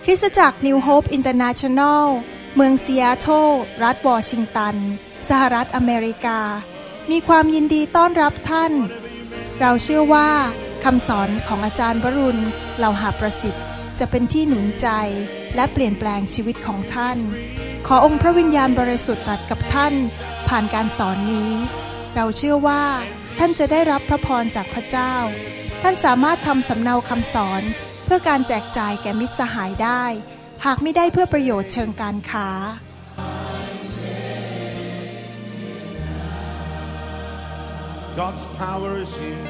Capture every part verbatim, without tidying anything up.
คริสตจักร New Hope International เมืองซีแอตเทิลรัฐวอชิงตันสหรัฐอเมริกามีความยินดีต้อนรับท่านเราเชื่อว่าคำสอนของอาจารย์วรุณ เหล่าหาประสิทธิ์จะเป็นที่หนุนใจและเปลี่ยนแปลงชีวิตของท่านขอองค์พระวิญญาณบริสุทธิ์ตรัสกับท่านผ่านการสอนนี้เราเชื่อว่าท่านจะได้รับพระพรจากพระเจ้าท่านสามารถทำสำเนาคำสอนเพื่อการแจกจ่ายแก่มิตรสหายได้หากไม่ได้เพื่อประโยชน์เชิงการค้า God's power is here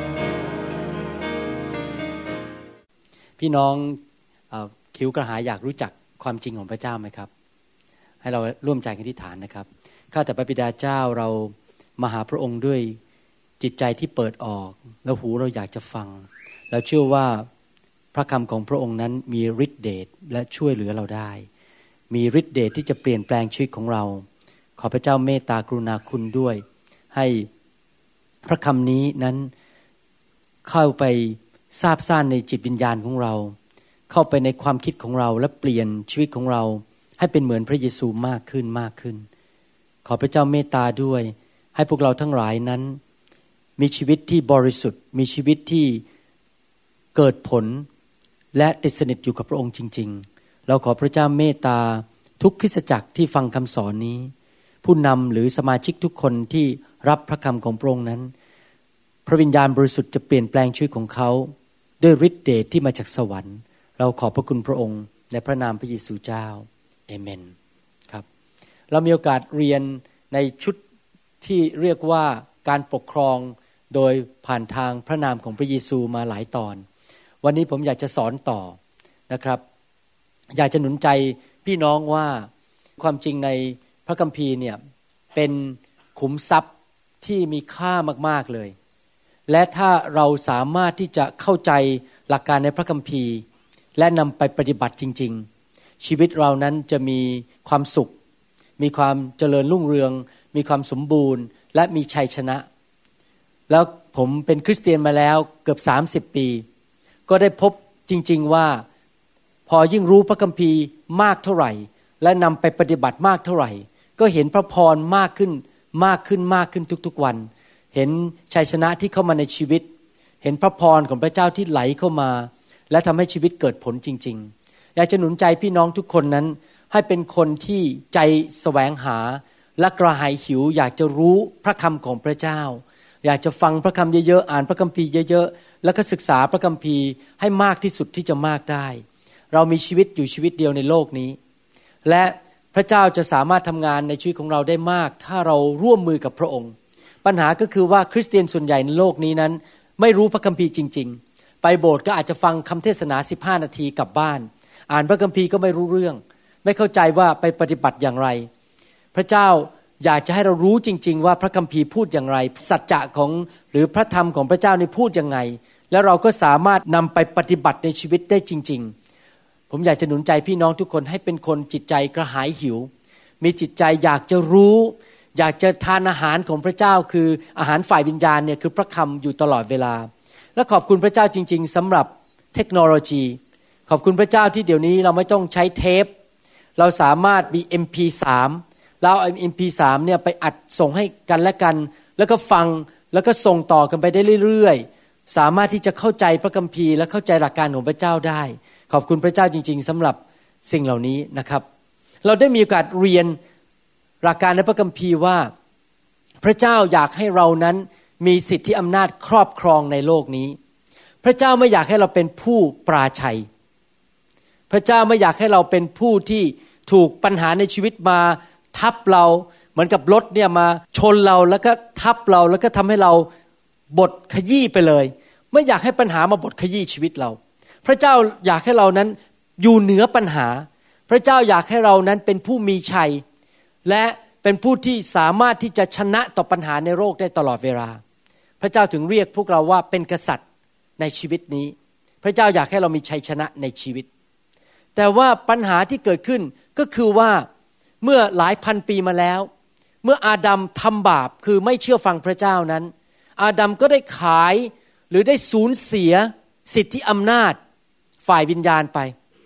พี่น้องเอ่อคิ้วกระหายอยากรู้จักความจริงของพระเจ้าไหมครับให้เราร่วมใจกันอธิษฐานนะครับข้าแต่พระบิดาเจ้าเรามาหาพระองค์ด้วยจิตใจที่เปิดออกแล้วหูเราอยากจะฟังเราเชื่อว่าพระคำของพระองค์นั้นมีฤทธิ์เดชและช่วยเหลือเราได้มีฤทธิ์เดชที่จะเปลี่ยนแปลงชีวิตของเราขอพระเจ้าเมตตากรุณาคุณด้วยให้พระคำนี้นั้นเข้าไปซาบซ่านในจิตวิญญาณของเราเข้าไปในความคิดของเราและเปลี่ยนชีวิตของเราให้เป็นเหมือนพระเยซูมากขึ้นมากขึ้นขอพระเจ้าเมตตาด้วยให้พวกเราทั้งหลายนั้นมีชีวิตที่บริสุทธิ์มีชีวิตที่เกิดผลและติดสนิทอยู่กับพระองค์จริงๆเราขอพระเจ้าเมตตาทุกคริสตจักรที่ฟังคำสอนนี้ผู้นำหรือสมาชิกทุกคนที่รับพระคำของพระองค์นั้นพระวิญญาณบริสุทธิ์จะเปลี่ยนแปลงชีวิตของเขาด้วยฤทธิ์เดชที่มาจากสวรรค์เราขอบพระคุณพระองค์ในพระนามพระเยซูเจ้าเอเมนครับเรามีโอกาสเรียนในชุดที่เรียกว่าการปกครองโดยผ่านทางพระนามของพระเยซูมาหลายตอนวันนี้ผมอยากจะสอนต่อนะครับอยากจะหนุนใจพี่น้องว่าความจริงในพระคัมภีร์เนี่ยเป็นขุมทรัพย์ที่มีค่ามากๆเลยและถ้าเราสามารถที่จะเข้าใจหลักการในพระคัมภีร์และนำไปปฏิบัติจริงๆชีวิตเรานั้นจะมีความสุขมีความเจริญรุ่งเรืองมีความสมบูรณ์และมีชัยชนะแล้วผมเป็นคริสเตียนมาแล้วเกือบสามสิบปีก็ได้พบจริงๆว่าพอยิ่งรู้พระคัมภีร์มากเท่าไหร่และนำไปปฏิบัติมากเท่าไหร่ก็เห็นพระพรมากขึ้นมากขึ้นมากขึ้นทุกๆวันเห็นชัยชนะที่เข้ามาในชีวิตเห็นพระพรของพระเจ้าที่ไหลเข้ามาและทำให้ชีวิตเกิดผลจริงๆอยากจะหนุนใจพี่น้องทุกคนนั้นให้เป็นคนที่ใจแสวงหาและกระหายหิวอยากจะรู้พระคำของพระเจ้าอยากจะฟังพระคำเยอะๆอ่านพระคัมภีร์เยอะๆแล้วก็ศึกษาพระคัมภีร์ให้มากที่สุดที่จะมากได้เรามีชีวิตอยู่ชีวิตเดียวในโลกนี้และพระเจ้าจะสามารถทำงานในชีวิตของเราได้มากถ้าเราร่วมมือกับพระองค์ปัญหาก็คือว่าคริสเตียนส่วนใหญ่ในโลกนี้นั้นไม่รู้พระคัมภีร์จริงๆไปโบสถ์ก็อาจจะฟังคำเทศนาสิบห้านาทีกลับบ้านอ่านพระคัมภีร์ก็ไม่รู้เรื่องไม่เข้าใจว่าไปปฏิบัติอย่างไรพระเจ้าอยากจะให้เรารู้จริงๆว่าพระคัมภีร์พูดอย่างไรสัจจะของหรือพระธรรมของพระเจ้านี่พูดยังไงแล้วเราก็สามารถนำไปปฏิบัติในชีวิตได้จริงๆผมอยากจะหนุนใจพี่น้องทุกคนให้เป็นคนจิตใจกระหายหิวมีจิตใจอยากจะรู้อยากจะทานอาหารของพระเจ้าคืออาหารฝ่ายวิญญาณเนี่ยคือพระคำอยู่ตลอดเวลาและขอบคุณพระเจ้าจริงๆสำหรับเทคโนโลยีขอบคุณพระเจ้าที่เดี๋ยวนี้เราไม่ต้องใช้เทปเราสามารถมี เอ็ม พี ทรี เราเอา เอ็ม พี ทรี เนี่ยไปอัดส่งให้กันและกันแล้วก็ฟังแล้วก็ส่งต่อกันไปได้เรื่อยๆสามารถที่จะเข้าใจพระคัมภีร์และเข้าใจหลักการของพระเจ้าได้ขอบคุณพระเจ้าจริงๆสำหรับสิ่งเหล่านี้นะครับเราได้มีโอกาสเรียนหลักการในพระคัมภีร์ว่าพระเจ้าอยากให้เรานั้นมีสิทธิอำนาจครอบครองในโลกนี้พระเจ้าไม่อยากให้เราเป็นผู้ปราชัยพระเจ้าไม่อยากให้เราเป็นผู้ที่ถูกปัญหาในชีวิตมาทับเราเหมือนกับรถเนี่ยมาชนเราแล้วก็ทับเราแล้วก็ทำให้เราบดขยี้ไปเลยไม่อยากให้ปัญหามาบดขยี้ชีวิตเราพระเจ้าอยากให้เรานั้นอยู่เหนือปัญหาพระเจ้าอยากให้เรานั้นเป็นผู้มีชัยและเป็นผู้ที่สามารถที่จะชนะต่อปัญหาในโลกได้ตลอดเวลาพระเจ้าถึงเรียกพวกเราว่าเป็นกษัตริย์ในชีวิตนี้พระเจ้าอยากให้เรามีชัยชนะในชีวิตแต่ว่าปัญหาที่เกิดขึ้นก็คือว่าเมื่อหลายพันปีมาแล้วเมื่ออาดัมทำบาปคือไม่เชื่อฟังพระเจ้านั้นอาดัมก็ได้ขายหรือได้สูญเสียสิทธิอำนาจฝ่ายวิญญาณไป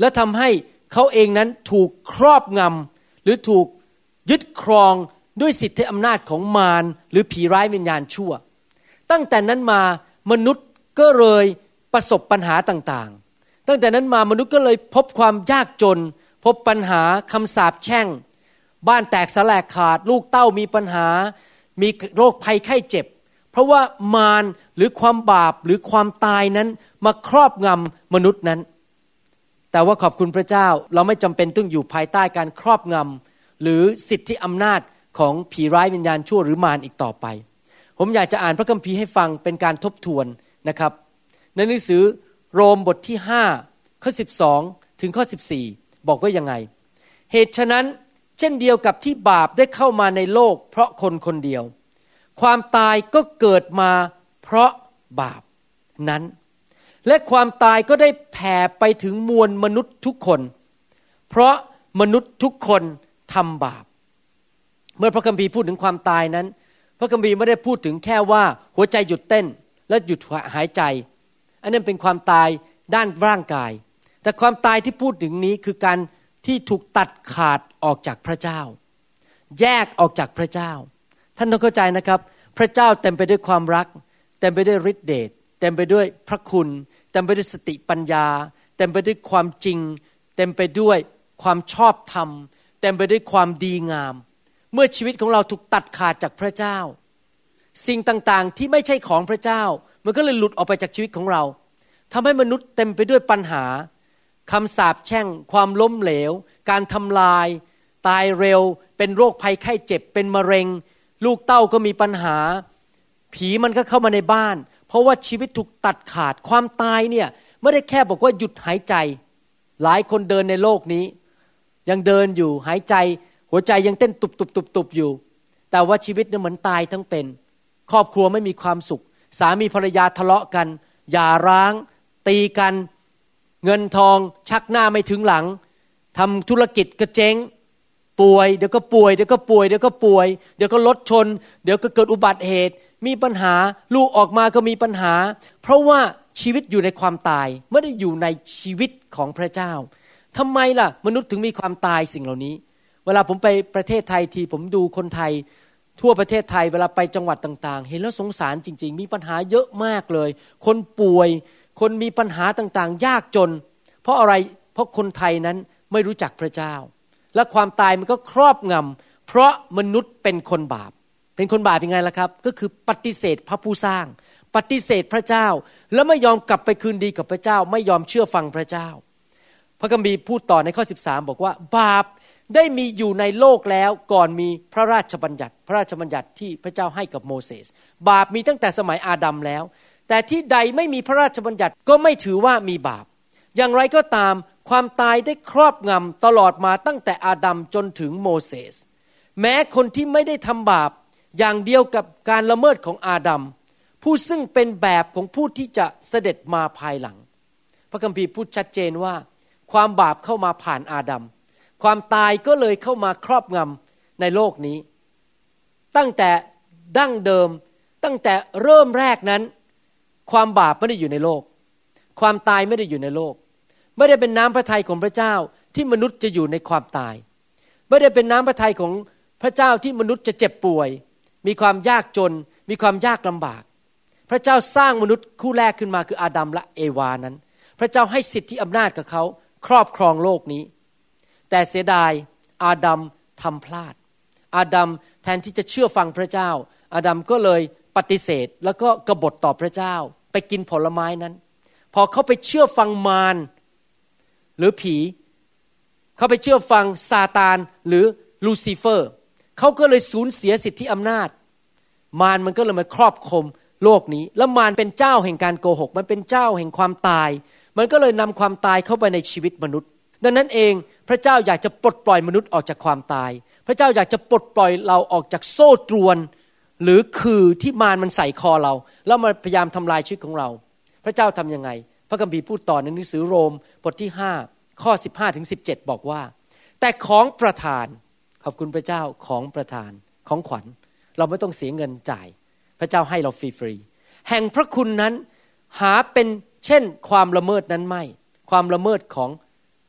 และทำให้เขาเองนั้นถูกครอบงำหรือถูกยึดครองด้วยสิทธิอำนาจของมารหรือผีร้ายวิญญาณชั่วตั้งแต่นั้นมามนุษย์ก็เลยประสบปัญหาต่างๆตั้งแต่นั้นมามนุษย์ก็เลยพบความยากจนพบปัญหาคำสาปแช่งบ้านแตกสลายขาดลูกเต้ามีปัญหามีโรคภัยไข้เจ็บเพราะว่ามารหรือความบาปหรือความตายนั้นมาครอบงำมนุษย์นั้นแต่ว่าขอบคุณพระเจ้าเราไม่จำเป็นต้องอยู่ภายใต้การครอบงำหรือสิทธิอำนาจของผีร้ายวิญญาณชั่วหรือมารอีกต่อไปผมอยากจะอ่านพระคัมภีร์ให้ฟังเป็นการทบทวนนะครับในหนังสือโรมบทที่ห้าข้อสิบสองถึงข้อสิบสี่บอกว่ายังไงเหตุฉะนั้นเช่นเดียวกับที่บาปได้เข้ามาในโลกเพราะคนคนเดียวความตายก็เกิดมาเพราะบาปนั้นและความตายก็ได้แผ่ไปถึงมวลมนุษย์ทุกคนเพราะมนุษย์ทุกคนทำบาปเมื่อพระคัมภีร์พูดถึงความตายนั้นพระคัมภีร์ไม่ได้พูดถึงแค่ว่าหัวใจหยุดเต้นและหยุดหายใจอันนั้นเป็นความตายด้านร่างกายแต่ความตายที่พูดถึงนี้คือการที่ถูกตัดขาดออกจากพระเจ้าแยกออกจากพระเจ้าท่านต้องเข้าใจนะครับพระเจ้าเต็มไปด้วยความรักเต็มไปด้วยฤทธิเดชเต็มไปด้วยพระคุณเต็มไปด้วยสติปัญญาเต็มไปด้วยความจริงเต็มไปด้วยความชอบธรรมเต็มไปด้วยความดีงามเมื่อชีวิตของเราถูกตัดขาดจากพระเจ้าสิ่งต่างๆที่ไม่ใช่ของพระเจ้ามันก็เลยหลุดออกไปจากชีวิตของเราทำให้มนุษย์เต็มไปด้วยปัญหาคำสาปแช่งความล้มเหลวการทำลายตายเร็วเป็นโรคภัยไข้เจ็บเป็นมะเร็งลูกเต้าก็มีปัญหาผีมันก็เข้ามาในบ้านเพราะว่าชีวิตถูกตัดขาดความตายเนี่ยไม่ได้แค่บอกว่าหยุดหายใจหลายคนเดินในโลกนี้ยังเดินอยู่หายใจหัวใจยังเต้นตุบๆๆอยู่แต่ว่าชีวิตเนี่ยเหมือนตายทั้งเป็นครอบครัวไม่มีความสุขสามีภรรยาทะเลาะกันหย่าร้างตีกันเงินทองชักหน้าไม่ถึงหลังทำธุรกิจก็เจ๊งป่วยเดี๋ยวก็ป่วยเดี๋ยวก็ป่วยเดี๋ยวก็ป่วยเดี๋ยวก็รถชนเดี๋ยวก็เกิดอุบัติเหตุมีปัญหาลูกออกมาก็มีปัญหาเพราะว่าชีวิตอยู่ในความตายไม่ได้อยู่ในชีวิตของพระเจ้าทำไมล่ะมนุษย์ถึงมีความตายสิ่งเหล่านี้เวลาผมไปประเทศไทยทีผมดูคนไทยทั่วประเทศไทยเวลาไปจังหวัดต่างๆเห็นแล้วสงสารจริงๆมีปัญหาเยอะมากเลยคนป่วยคนมีปัญหาต่างๆยากจนเพราะอะไรเพราะคนไทยนั้นไม่รู้จักพระเจ้าและความตายมันก็ครอบงำเพราะมนุษย์เป็นคนบาปเป็นคนบาปยังไงล่ะครับก็คือปฏิเสธพระผู้สร้างปฏิเสธพระเจ้าแล้วไม่ยอมกลับไปคืนดีกับพระเจ้าไม่ยอมเชื่อฟังพระเจ้าพระคัมภีร์พูดต่อในข้อสิบสามบอกว่าบาปได้มีอยู่ในโลกแล้วก่อนมีพระราชบัญญัติพระราชบัญญัติที่พระเจ้าให้กับโมเสสบาปมีตั้งแต่สมัยอาดัมแล้วแต่ที่ใดไม่มีพระราชบัญญัติก็ไม่ถือว่ามีบาปอย่างไรก็ตามความตายได้ครอบงำตลอดมาตั้งแต่อาดัมจนถึงโมเสสแม้คนที่ไม่ได้ทำบาปอย่างเดียวกับการละเมิดของอาดัมผู้ซึ่งเป็นแบบของผู้ที่จะเสด็จมาภายหลังพระคัมภีร์พูดชัดเจนว่าความบาปเข้ามาผ่านอาดัมความตายก็เลยเข้ามาครอบงำในโลกนี้ตั้งแต่ดั้งเดิมตั้งแต่เริ่มแรกนั้นความบาปไม่ได้อยู่ในโลกความตายไม่ได้อยู่ในโลกไม่ได้เป็นน้ำพระทัยของพระเจ้าที่มนุษย์จะอยู่ในความตายไม่ได้เป็นน้ำพระทัยของพระเจ้าที่มนุษย์จะเจ็บป่วยมีความยากจนมีความยากลำบากพระเจ้าสร้างมนุษย์คู่แรกขึ้นมาคืออาดัมและเอวานั้นพระเจ้าให้สิทธิอำนาจกับเขาครอบครองโลกนี้แต่เสียดายอาดัมทำพลาดอาดัมแทนที่จะเชื่อฟังพระเจ้าอาดัมก็เลยปฏิเสธแล้วก็กบฏต่อพระเจ้าไปกินผลไม้นั้นพอเขาไปเชื่อฟังมารหรือผีเขาไปเชื่อฟังซาตานหรือลูซิเฟอร์เขาก็เลยสูญเสียสิทธิอำนาจมารมันก็เลยมาครอบคลุมโลกนี้แล้วมารเป็นเจ้าแห่งการโกหกมันเป็นเจ้าแห่งความตายมันก็เลยนำความตายเข้าไปในชีวิตมนุษย์ดังนั้นเองพระเจ้าอยากจะปลดปล่อยมนุษย์ออกจากความตายพระเจ้าอยากจะปลดปล่อยเราออกจากโซ่ตรวนหรือคือที่มารมันใส่คอเราแล้วมันพยายามทำลายชีวิตของเราพระเจ้าทำยังไงพระคัมภีร์พูดต่อในหนังสือโรมบทที่ห้าข้อสิบห้าถึงสิบเจ็ดบอกว่าแต่ของประทานขอบคุณพระเจ้าของประทานของขวัญเราไม่ต้องเสียเงินจ่ายพระเจ้าให้เราฟรีๆแห่งพระคุณนั้นหาเป็นเช่นความละเมิดนั้นไม่ความละเมิดของ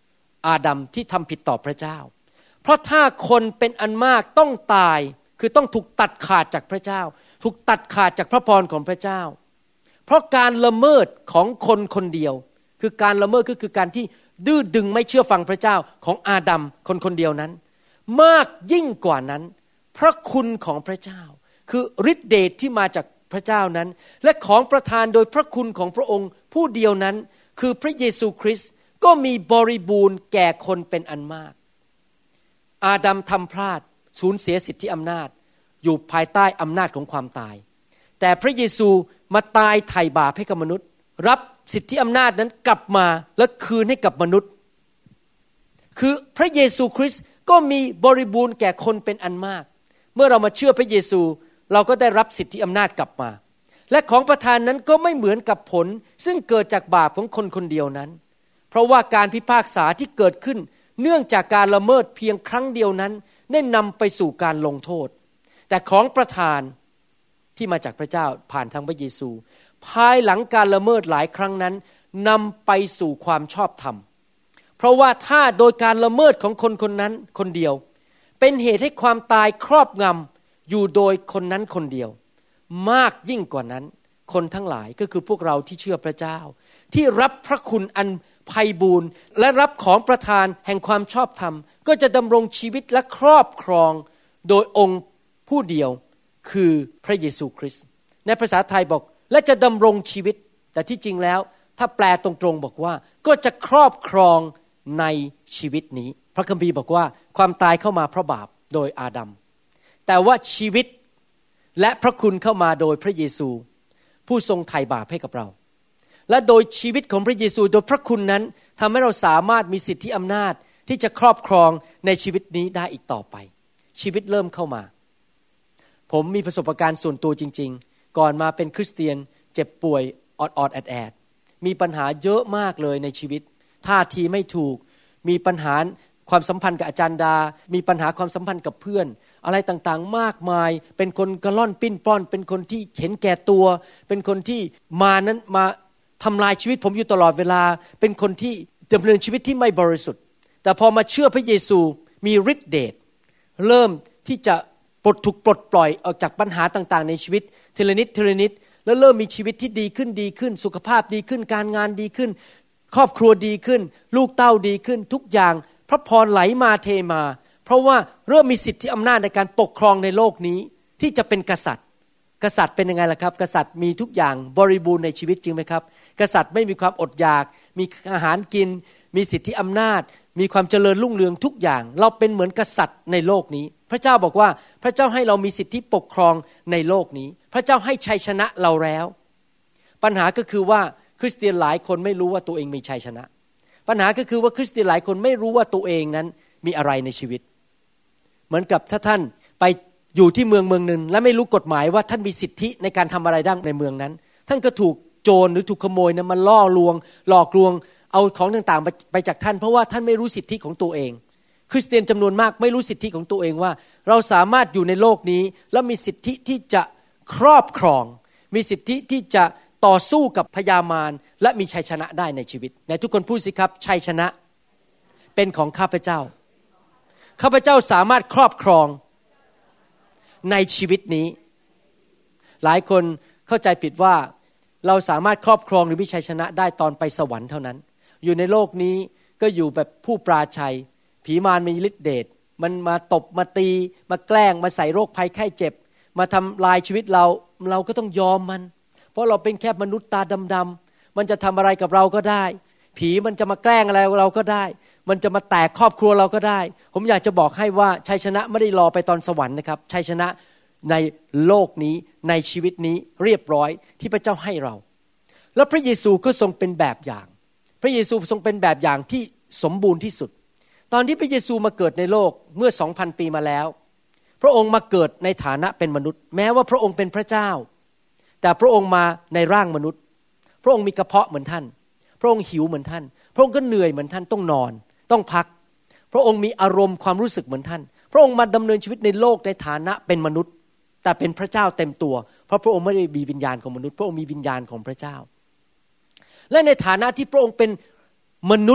อาดัมที่ทำผิดต่อพระเจ้าเพราะถ้าคนเป็นอันมากต้องตายคือต้องถูกตัดขาดจากพระเจ้าถูกตัดขาดจากพระพรของพระเจ้าเพราะการละเมิดของคนคนเดียวคือการละเมิดก็คือการที่ดื้อดึงไม่เชื่อฟังพระเจ้าของอาดัมคนคนเดียวนั้นมากยิ่งกว่านั้นพระคุณของพระเจ้าคือฤทธิเดชที่มาจากพระเจ้านั้นและของประทานโดยพระคุณของพระองค์ผู้เดียวนั้นคือพระเยซูคริสต์ก็มีบริบูรณ์แก่คนเป็นอันมากอาดัมทำพลาดสูญเสียสิทธิอำนาจอยู่ภายใต้อำนาจของความตายแต่พระเยซูมาตายไถ่บาปให้กับมนุษย์รับสิทธิอำนาจนั้นกลับมาและคืนให้กับมนุษย์คือพระเยซูคริสต์ก็มีบริบูรณ์แก่คนเป็นอันมากเมื่อเรามาเชื่อพระเยซูเราก็ได้รับสิทธิอำนาจกลับมาและของประทานนั้นก็ไม่เหมือนกับผลซึ่งเกิดจากบาปของคนคนเดียวนั้นเพราะว่าการพิพากษาที่เกิดขึ้นเนื่องจากการละเมิดเพียงครั้งเดียวนั้นได้นำไปสู่การลงโทษแต่ของประทานที่มาจากพระเจ้าผ่านทางพระเยซูภายหลังการละเมิดหลายครั้งนั้นนำไปสู่ความชอบธรรมเพราะว่าถ้าโดยการละเมิดของคนคนนั้นคนเดียวเป็นเหตุให้ความตายครอบงำอยู่โดยคนนั้นคนเดียวมากยิ่งกว่านั้นคนทั้งหลายก็คือพวกเราที่เชื่อพระเจ้าที่รับพระคุณอันไพบูลย์และรับของประทานแห่งความชอบธรรมก็จะดำรงชีวิตและครอบครองโดยองค์ผู้เดียวคือพระเยซูคริสต์ในภาษาไทยบอกและจะดำรงชีวิตแต่ที่จริงแล้วถ้าแปลตรงๆบอกว่าก็จะครอบครองในชีวิตนี้พระคัมภีร์บอกว่าความตายเข้ามาเพราะบาปโดยอาดัมแต่ว่าชีวิตและพระคุณเข้ามาโดยพระเยซูผู้ทรงไถ่บาปให้กับเราและโดยชีวิตของพระเยซูโดยพระคุณนั้นทำให้เราสามารถมีสิทธิอำนาจที่จะครอบครองในชีวิตนี้ได้อีกต่อไปชีวิตเริ่มเข้ามาผมมีประสบการณ์ส่วนตัวจริงๆก่อนมาเป็นคริสเตียนเจ็บป่วยออดๆแอดๆมีปัญหาเยอะมากเลยในชีวิตท่าทีไม่ถูกมีปัญหาความสัมพันธ์กับอาจารย์ดามีปัญหาความสัมพันธ์กับเพื่อนอะไรต่างๆมากมายเป็นคนกระล่อนปิ้นป้อนเป็นคนที่เห็นแก่ตัวเป็นคนที่มานั้นมาทำลายชีวิตผมอยู่ตลอดเวลาเป็นคนที่ดำเนินชีวิตที่ไม่บริสุทธิ์แต่พอมาเชื่อพระเยซูมีฤทธิ์เดชเริ่มที่จะปลดถูกปลดปล่อยออกจากปัญหาต่างๆในชีวิตทีละนิดทีละนิดแล้วเริ่มมีชีวิตที่ดีขึ้นดีขึ้นสุขภาพดีขึ้นการงานดีขึ้นครอบครัวดีขึ้นลูกเต้าดีขึ้นทุกอย่างพระพรไหลมาเทมาเพราะว่าเริ่มมีสิทธิอำนาจในการปกครองในโลกนี้ที่จะเป็นกษัตริย์กษัตริย์เป็นยังไงล่ะครับกษัตริย์มีทุกอย่างบริบูรณ์ในชีวิตจริงไหมครับกษัตริย์ไม่มีความอดอยากมีอาหารกินมีสิทธิอำนาจมีความเจริญรุ่งเรืองทุกอย่างเราเป็นเหมือนกษัตริย์ในโลกนี้พระเจ้าบอกว่าพระเจ้าให้เรามีสิทธิปกครองในโลกนี้พระเจ้าให้ชัยชนะเราแล้วปัญหาก็คือว่าคริสเตียนหลายคนไม่รู้ว่าตัวเองมีชัยชนะปัญหาก็คือว่าคริสเตียนหลายคนไม่รู้ว่าตัวเองนั้นมีอะไรในชีวิตเหมือนกับถ้าท่านไปอยู่ที่เมืองเมืองนึงและไม่รู้กฎหมายว่าท่านมีสิทธิในการทำอะไรได้ในเมืองนั้นท่านก็ถูกโจรหรือถูกขโมยนะมาล่อลวงหลอกลวงเอาของต่างๆไปจากท่านเพราะว่าท่านไม่รู้สิทธิของตัวเองคริสเตียนจำนวนมากไม่รู้สิทธิของตัวเองว่าเราสามารถอยู่ในโลกนี้และมีสิทธิที่จะครอบครองมีสิทธิที่จะต่อสู้กับพยามารและมีชัยชนะได้ในชีวิตในทุกคนพูดสิครับชัยชนะเป็นของข้าพเจ้าข้าพเจ้าสามารถครอบครองในชีวิตนี้หลายคนเข้าใจผิดว่าเราสามารถครอบครองหรือมีชัยชนะได้ตอนไปสวรรค์เท่านั้นอยู่ในโลกนี้ก็อยู่แบบผู้ปราชัยผีมารมีฤทธิ์เดชมันมาตบมาตีมาแกล้งมาใส่โรคภัยไข้เจ็บมาทำลายชีวิตเราเราก็ต้องยอมมันเพราะเราเป็นแค่มนุษย์ตาดำๆมันจะทำอะไรกับเราก็ได้ผีมันจะมาแกล้งอะไรเราก็ได้มันจะมาแตกครอบครัวเราก็ได้ผมอยากจะบอกให้ว่าชัยชนะไม่ได้รอไปตอนสวรรค์นะครับชัยชนะในโลกนี้ในชีวิตนี้เรียบร้อยที่พระเจ้าให้เราแล้วพระเยซูก็ทรงเป็นแบบอย่างพระเยซูทรงเป็นแบบอย่างที่สมบูรณ์ที่สุดตอนที่พระเยซูมาเกิดในโลกเมื่อ สองพัน ปีมาแล้วพระองค์มาเกิดในฐานะเป็นมนุษย์แม้ว่าพระองค์เป็นพระเจ้าแต่พระองค์มาในร่างมนุษย์พระองค์มีกระเพาะเหมือนท่านพระองค์หิวเหมือนท่านพระองค์ก็เหนื่อยเหมือนท่านต้องนอนต้องพักพระองค์มีอารมณ์ความรู้สึกเหมือนท่านพระองค์มาดำเนินชีวิตในโลกในฐานะเป็นมนุษย์แต่เป็นพระเจ้าเต็มตัวเพราะพระองค์ไม่ได้มีวิญญาณของมนุษย์พระองค์มีวิญญาณของพระเจ้าและในฐานะที่พระองค์เป็นมนุษย์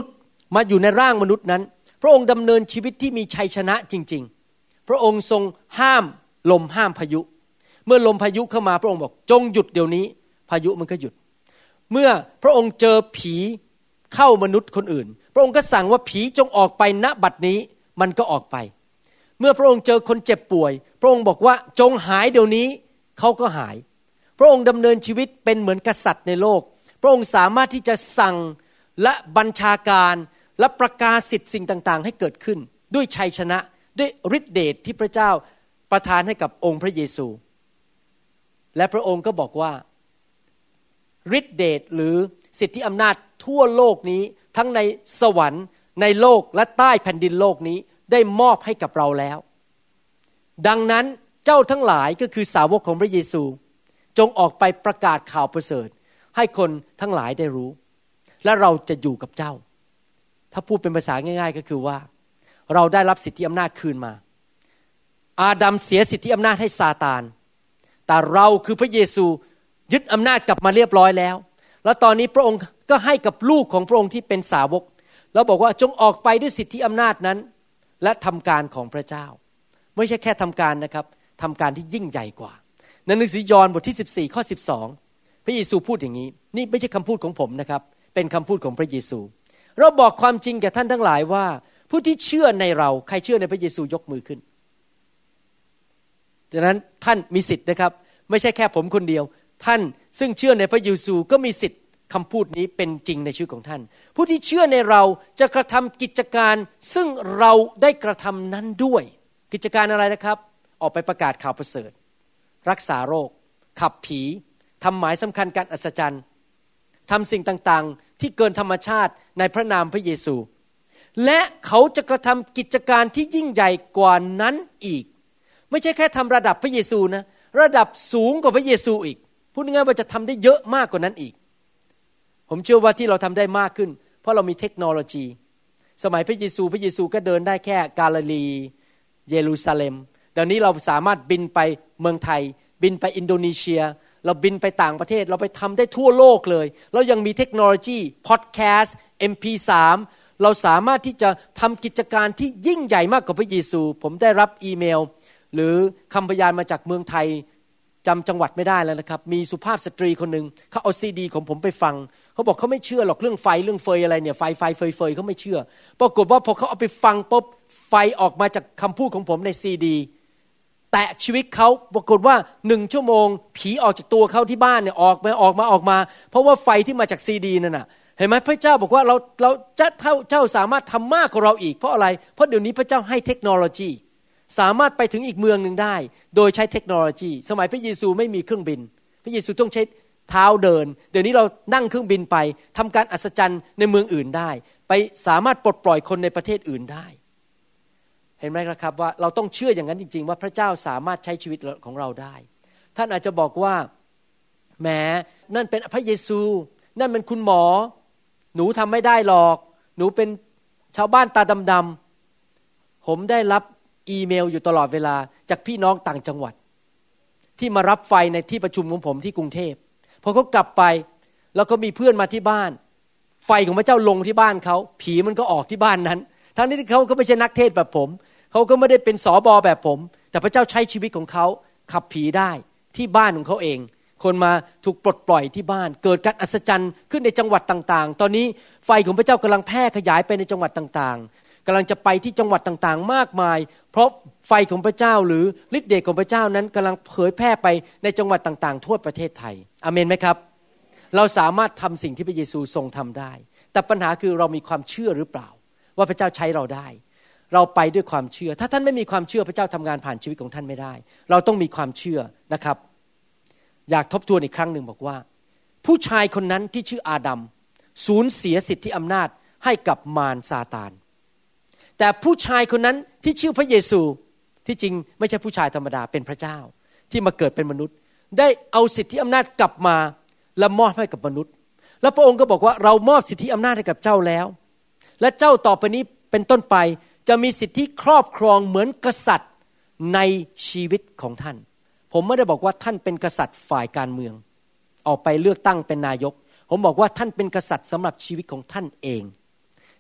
มาอยู่ในร่างมนุษย์นั้นพระองค์ดำเนินชีวิตที่มีชัยชนะจริงๆพระองค์ทรงห้ามลมห้ามพายุเมื่อลมพายุเข้ามาพระองค์บอกจงหยุดเดี๋ยวนี้พายุมันก็หยุดเมื่อพระองค์เจอผีเข้ามนุษย์คนอื่นพระองค์ก็สั่งว่าผีจงออกไปณบัดนี้มันก็ออกไปเมื่อพระองค์เจอคนเจ็บป่วยพระองค์บอกว่าจงหายเดี๋ยวนี้เขาก็หายพระองค์ดำเนินชีวิตเป็นเหมือนกษัตริย์ในโลกพระองค์สามารถที่จะสั่งและบัญชาการและประกาศสิทธิ์สิ่งต่างๆให้เกิดขึ้นด้วยชัยชนะด้วยฤทธิเดชที่พระเจ้าประทานให้กับองค์พระเยซูและพระองค์ก็บอกว่าฤทธิเดชหรือสิทธิอำนาจทั่วโลกนี้ทั้งในสวรรค์ในโลกและใต้แผ่นดินโลกนี้ได้มอบให้กับเราแล้วดังนั้นเจ้าทั้งหลายก็คือสาวกของพระเยซูจงออกไปประกาศข่าวประเสริฐให้คนทั้งหลายได้รู้และเราจะอยู่กับเจ้าถ้าพูดเป็นภาษาง่ายๆก็คือว่าเราได้รับสิทธิอำนาจคืนมาอาดัมเสียสิทธิอำนาจให้ซาตานแต่เราคือพระเยซูยึดอำนาจกลับมาเรียบร้อยแล้วแล้วตอนนี้พระองค์ก็ให้กับลูกของพระองค์ที่เป็นสาวกแล้วบอกว่าจงออกไปด้วยสิทธิอำนาจนั้นและทำการของพระเจ้าไม่ใช่แค่ทำการนะครับทำการที่ยิ่งใหญ่กว่าในหนังสือยอห์นบทที่สิบสี่ข้อสิบสองพระเยซูพูดอย่างนี้นี่ไม่ใช่คำพูดของผมนะครับเป็นคำพูดของพระเยซูเราบอกความจริงแก่ท่านทั้งหลายว่าผู้ที่เชื่อในเราใครเชื่อในพระเยซูยกมือขึ้นดังนั้นท่านมีสิทธิ์นะครับไม่ใช่แค่ผมคนเดียวท่านซึ่งเชื่อในพระเยซูก็มีสิทธิ์คำพูดนี้เป็นจริงในชีวิตของท่านผู้ที่เชื่อในเราจะกระทำกิจการซึ่งเราได้กระทำนั้นด้วยกิจการอะไรนะครับออกไปประกาศข่าวประเสริฐรักษาโรคขับผีทำหมายสำคัญการอัศจรรย์ทำสิ่งต่างๆที่เกินธรรมชาติในพระนามพระเยซูและเขาจะกระทำกิจการที่ยิ่งใหญ่กว่านั้นอีกไม่ใช่แค่ทำระดับพระเยซูนะระดับสูงกว่าพระเยซูอีกพูดง่ายๆว่าจะทำได้เยอะมากกว่านั้นอีกผมเชื่อว่าที่เราทำได้มากขึ้นเพราะเรามีเทคโนโลยีสมัยพระเยซูพระเยซูก็เดินได้แค่กาลิลีเยรูซาเล็มเดี๋ยวนี้เราสามารถบินไปเมืองไทยบินไปอินโดนีเซียเราบินไปต่างประเทศเราไปทำได้ทั่วโลกเลยเรายังมีเทคโนโลยีพอดแคสต์ เอ็ม พี สาม เราสามารถที่จะทำกิจการที่ยิ่งใหญ่มากกว่าพระเยซูผมได้รับอีเมลหรือคำพยานมาจากเมืองไทยจำจังหวัดไม่ได้แล้วนะครับมีสุภาพสตรีคนนึงเขาเอาซีดีของผมไปฟังเขาบอกเขาไม่เชื่อหรอกเรื่องไฟเรื่องเฟยอะไรเนี่ยไฟไฟเฟยเฟยเขาไม่เชื่อปรากฏว่าพอเขาเอาไปฟังปุ๊บไฟออกมาจากคำพูดของผมในซีดีแตะชีวิตเขาปรากฏว่าหนึ่งชั่วโมงผีออกจากตัวเขาที่บ้านเนี่ยออกมาออกมาออกมาเพราะว่าไฟที่มาจากซีดีนั่นน่ะเห็นไหมพระเจ้าบอกว่าเราเราจะเท่าเจ้าสามารถทำมากกว่าเราอีกเพราะอะไรเพราะเดี๋ยวนี้พระเจ้าให้เทคโนโลยีสามารถไปถึงอีกเมืองหนึ่งได้โดยใช้เทคโนโลยีสมัยพระเยซูไม่มีเครื่องบินพระเยซูต้องใช้เท้าเดินเดี๋ยวนี้เรานั่งเครื่องบินไปทำการอัศจรรย์ในเมืองอื่นได้ไปสามารถปลดปล่อยคนในประเทศอื่นได้เห็นไหมครับว่าเราต้องเชื่ออย่างนั้นจริงๆว่าพระเจ้าสามารถใช้ชีวิตของเราได้ท่านอาจจะบอกว่าแหมนั่นเป็นพระเยซูนั่นเป็นคุณหมอหนูทำไม่ได้หรอกหนูเป็นชาวบ้านตาดำๆผมได้รับอีเมลอยู่ตลอดเวลาจากพี่น้องต่างจังหวัดที่มารับไฟในที่ประชุมของผมที่กรุงเทพพอเขากลับไปแล้วก็มีเพื่อนมาที่บ้านไฟของพระเจ้าลงที่บ้านเขาผีมันก็ออกที่บ้านนั้นทั้งที่เขาก็ไม่ใช่นักเทศแบบผมเขาก็ไม่ได้เป็นสบแบบผมแต่พระเจ้าใช้ชีวิตของเขาขับผีได้ที่บ้านของเขาเองคนมาถูกปลดปล่อยที่บ้านเกิดการอัศจรรย์ขึ้นในจังหวัดต่างๆตอนนี้ไฟของพระเจ้ากำลังแพร่ขยายไปในจังหวัดต่างๆกำลังจะไปที่จังหวัดต่างๆมากมายเพราะไฟของพระเจ้าหรือฤทธิ์เดชของพระเจ้านั้นกำลังเผยแพร่ไปในจังหวัดต่างๆทั่วประเทศไทยอาเมนไหมครับเราสามารถทำสิ่งที่พระเยซูทรงทำได้แต่ปัญหาคือเรามีความเชื่อหรือเปล่าว่าพระเจ้าใช้เราได้เราไปด้วยความเชื่อถ้าท่านไม่มีความเชื่อพระเจ้าทำงานผ่านชีวิตของท่านไม่ได้เราต้องมีความเชื่อนะครับอยากทบทวนอีกครั้งหนึ่งบอกว่าผู้ชายคนนั้นที่ชื่ออาดัมสูญเสียสิทธิอำนาจให้กับมารซาตานแต่ผู้ชายคนนั้นที่ชื่อพระเยซูที่จริงไม่ใช่ผู้ชายธรรมดาเป็นพระเจ้าที่มาเกิดเป็นมนุษย์ได้เอาสิทธิอำนาจกลับมาและมอบให้กับมนุษย์แล้วพระองค์ก็บอกว่าเรามอบสิทธิอำนาจให้กับเจ้าแล้วและเจ้าต่อไปนี้เป็นต้นไปจะมีสิทธิครอบครองเหมือนกษัตริย์ในชีวิตของท่านผมไม่ได้บอกว่าท่านเป็นกษัตริย์ฝ่ายการเมืองออกไปเลือกตั้งเป็นนายกผมบอกว่าท่านเป็นกษัตริย์สำหรับชีวิตของท่านเอง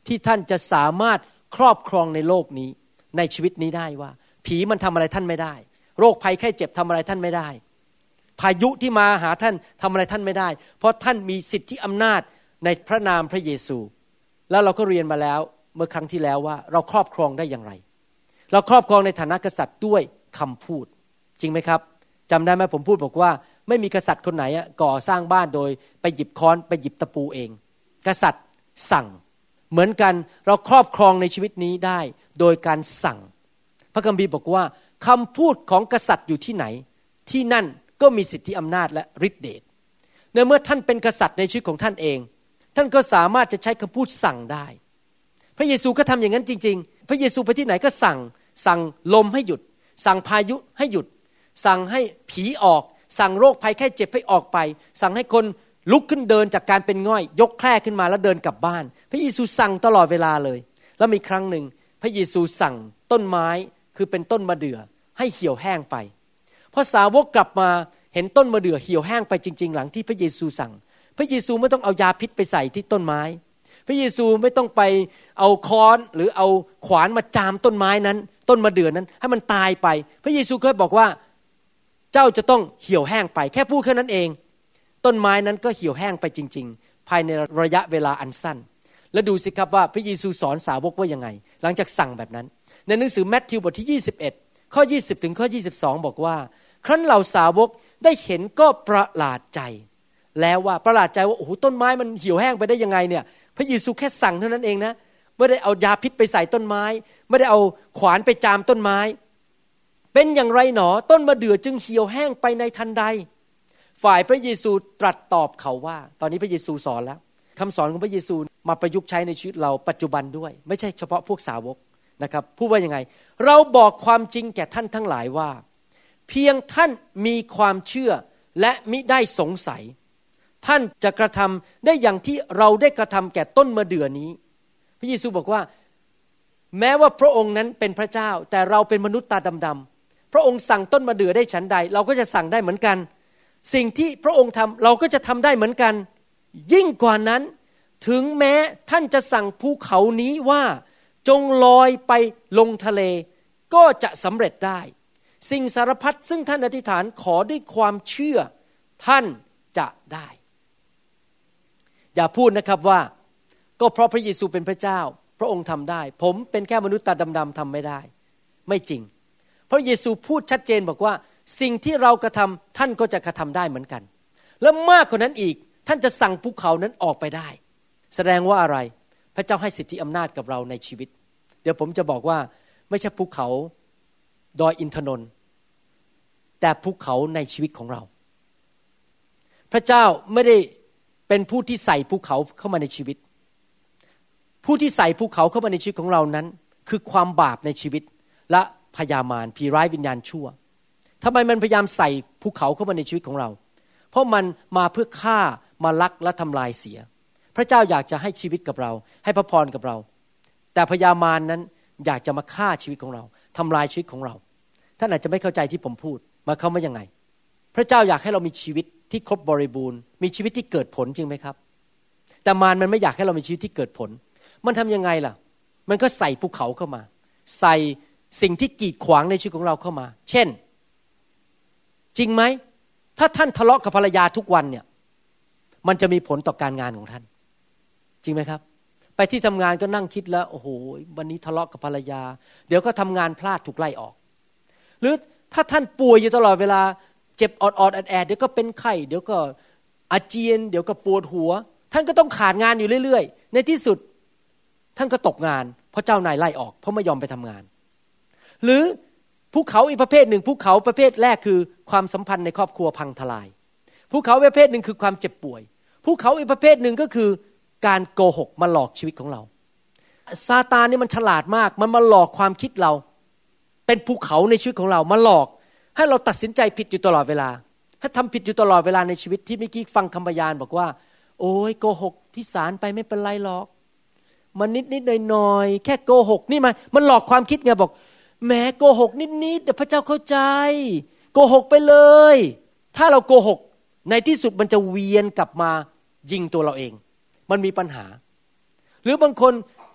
ที่ท่านจะสามารถครอบครองในโลกนี้ในชีวิตนี้ได้ว่าผีมันทำอะไรท่านไม่ได้โรคภัยไข้เจ็บทำอะไรท่านไม่ได้พายุที่มาหาท่านทำอะไรท่านไม่ได้เพราะท่านมีสิทธิอำนาจในพระนามพระเยซูแล้วเราก็เรียนมาแล้วเมื่อครั้งที่แล้วว่าเราครอบครองได้อย่างไรเราครอบครองในฐานะกษัตริย์ด้วยคำพูดจริงไหมครับจำได้ไหมผมพูดบอกว่าไม่มีกษัตริย์คนไหนก่อสร้างบ้านโดยไปหยิบค้อนไปหยิบตะปูเองกษัตริย์สั่งเหมือนกันเราครอบครองในชีวิตนี้ได้โดยการสั่งพระคัมภีร์บอกว่าคำพูดของกษัตริย์อยู่ที่ไหนที่นั่นก็มีสิทธิอำนาจและฤทธิเดชในเมื่อท่านเป็นกษัตริย์ในชีวิตของท่านเองท่านก็สามารถจะใช้คำพูดสั่งได้พระเยซูก็ทำอย่างนั้นจริงๆพระเยซูไปที่ไหนก็สั่งสั่งลมให้หยุดสั่งพายุให้หยุดสั่งให้ผีออกสั่งโรคภัยแค่เจ็บให้ออกไปสั่งให้คนลุกขึ้นเดินจากการเป็นง่อยยกแคร่ขึ้นมาแล้วเดินกลับบ้านพระเยซูสั่งตลอดเวลาเลยแล้วมีครั้งหนึ่งพระเยซูสั่งต้นไม้คือเป็นต้นมะเดื่อให้เหี่ยวแห้งไปพอสาวกกลับมาเห็นต้นมะเดื่อเหี่ยวแห้งไปจริงๆหลังที่พระเยซูสั่งพระเยซูไม่ต้องเอายาพิษไปใส่ที่ต้นไม้พระเยซูไม่ต้องไปเอาค้อนหรือเอาขวานมาจามต้นไม้นั้นต้นมะเดื่อนั้นให้มันตายไปพระเยซูก็บอกว่าเจ้าจะต้องเหี่ยวแห้งไปแค่พูดแค่นั้นเองต้นไม้นั้นก็เหี่ยวแห้งไปจริงๆภายในระยะเวลาอันสั้นแล้วดูสิครับว่าพระเยซูสอนสาวกว่ายังไงหลังจากสั่งแบบนั้นในหนังสือมัทธิวบทที่ยี่สิบเอ็ดข้อยี่สิบถึงข้อยี่สิบสองบอกว่าครั้นเหล่าสาวกได้เห็นก็ประหลาดใจแล้วว่าประหลาดใจว่าโอ้โหต้นไม้มันเหี่ยวแห้งไปได้ยังไงเนี่ยพระเยซูแค่สั่งเท่านั้นเองนะไม่ได้เอายาพิษไปใส่ต้นไม้ไม่ได้เอาขวานไปจามต้นไม้เป็นอย่างไรหนอต้นมะเดื่อจึงเหี่ยวแห้งไปในทันใดฝ่ายพระเยซูตรัสตอบเขาว่าตอนนี้พระเยซูสอนแล้วคำสอนของพระเยซูมาประยุกต์ใช้ในชีวิตเราปัจจุบันด้วยไม่ใช่เฉพาะพวกสาวกนะครับพูดว่ายังไงเราบอกความจริงแก่ท่านทั้งหลายว่าเพียงท่านมีความเชื่อและมิได้สงสัยท่านจะกระทำได้อย่างที่เราได้กระทำแก่ต้นมะเดื่อนี้พระเยซูบอกว่าแม้ว่าพระองค์นั้นเป็นพระเจ้าแต่เราเป็นมนุษย์ตาดำๆพระองค์สั่งต้นมะเดื่อได้ฉันใดเราก็จะสั่งได้เหมือนกันสิ่งที่พระองค์ทำเราก็จะทำได้เหมือนกันยิ่งกว่านั้นถึงแม้ท่านจะสั่งภูเขานี้ว่าจงลอยไปลงทะเลก็จะสำเร็จได้สิ่งสารพัดซึ่งท่านอธิษฐานขอด้วยความเชื่อท่านจะได้อย่าพูดนะครับว่าก็เพราะพระเยซูเป็นพระเจ้าพระองค์ทำได้ผมเป็นแค่มนุษย์ตาดำๆทำไม่ได้ไม่จริงพระเยซูพูดชัดเจนบอกว่าสิ่งที่เรากระทำท่านก็จะกระทำได้เหมือนกันและมากกว่านั้นอีกท่านจะสั่งภูเขานั้นออกไปได้แสดงว่าอะไรพระเจ้าให้สิทธิอำนาจกับเราในชีวิตเดี๋ยวผมจะบอกว่าไม่ใช่ภูเขาดอยอินทนนท์แต่ภูเขาในชีวิตของเราพระเจ้าไม่ได้เป็นผู้ที่ใส่ภูเขาเข้ามาในชีวิตผู้ที่ใส่ภูเขาเข้ามาในชีวิตของเรานั้นคือความบาปในชีวิตและพยามารผีร้ายวิญญาณชั่วทำไมมันพยายามใส่ภูเขาเข้ามาในชีวิตของเราเพราะมันมาเพื่อฆ่ามาลักและทำลายเสียพระเจ้าอยากจะให้ชีวิตกับเราให้พระพรกับเราแต่พยามารนั้นอยากจะมาฆ่าชีวิตของเราทำลายชีวิตของเราท่านอาจจะไม่เข้าใจที่ผมพูดมาเข้ามายังไงพระเจ้าอยากให้เรามีชีวิตที่ครบบริบูรณ์มีชีวิตที่เกิดผลจริงไหมครับแต่มารมันไม่อยากให้เรามีชีวิตที่เกิดผลมันทำยังไงล่ะมันก็ใส่ภูเขาเข้ามาใส่สิ่งที่กีดขวางในชีวิตของเราเข้ามาเช่นจริงไหมถ้าท่านทะเลาะกับภรรยาทุกวันเนี่ยมันจะมีผลต่อการงานของท่านจริงไหมครับไปที่ทำงานก็นั่งคิดแล้วโอ้โหวันนี้ทะเลาะกับภรรยาเดี๋ยวก็ทำงานพลาดถูกไล่ออกหรือถ้าท่านป่วยอยู่ตลอดเวลาเจ็บออดๆแอดๆเดี๋ยวก็เป็นไข้เดี๋ยวก็อาเจียนเดี๋ยวก็ปวดหัวท่านก็ต้องขาดงานอยู่เรื่อยๆในที่สุดท่านก็ตกงานเพราะเจ้านายไล่ออกเพราะไม่ยอมไปทำงานหรือภูเขาอีกประเภทหนึ่งภูเขาประเภทแรกคือความสัมพันธ์ในครอบครัวพังทลายภูเขาประเภทหนึ่งคือความเจ็บป่วยภูเขาอีกประเภทหนึ่งก็คือการโกหกมาหลอกชีวิตของเราซาตานนี่มันฉลาดมากมันมาหลอกความคิดเราเป็นภูเขาในชีวิตของเรามาหลอกให้เราตัดสินใจผิดอยู่ตลอดเวลาให้ทำผิดอยู่ตลอดเวลาในชีวิตที่เมื่อกี้ฟังคำพยานบอกว่าโอ้ยโกหกที่ศาลไปไม่เป็นไรหรอกมันนิดนิดหน่อยหน่อยแค่โกหกนี่มันมันหลอกความคิดไงบอกแหมโกหกนิดนิดเดี๋ยวพระเจ้าเข้าใจโกหกไปเลยถ้าเราโกหกในที่สุดมันจะเวียนกลับมายิงตัวเราเองมันมีปัญหาหรือบางคน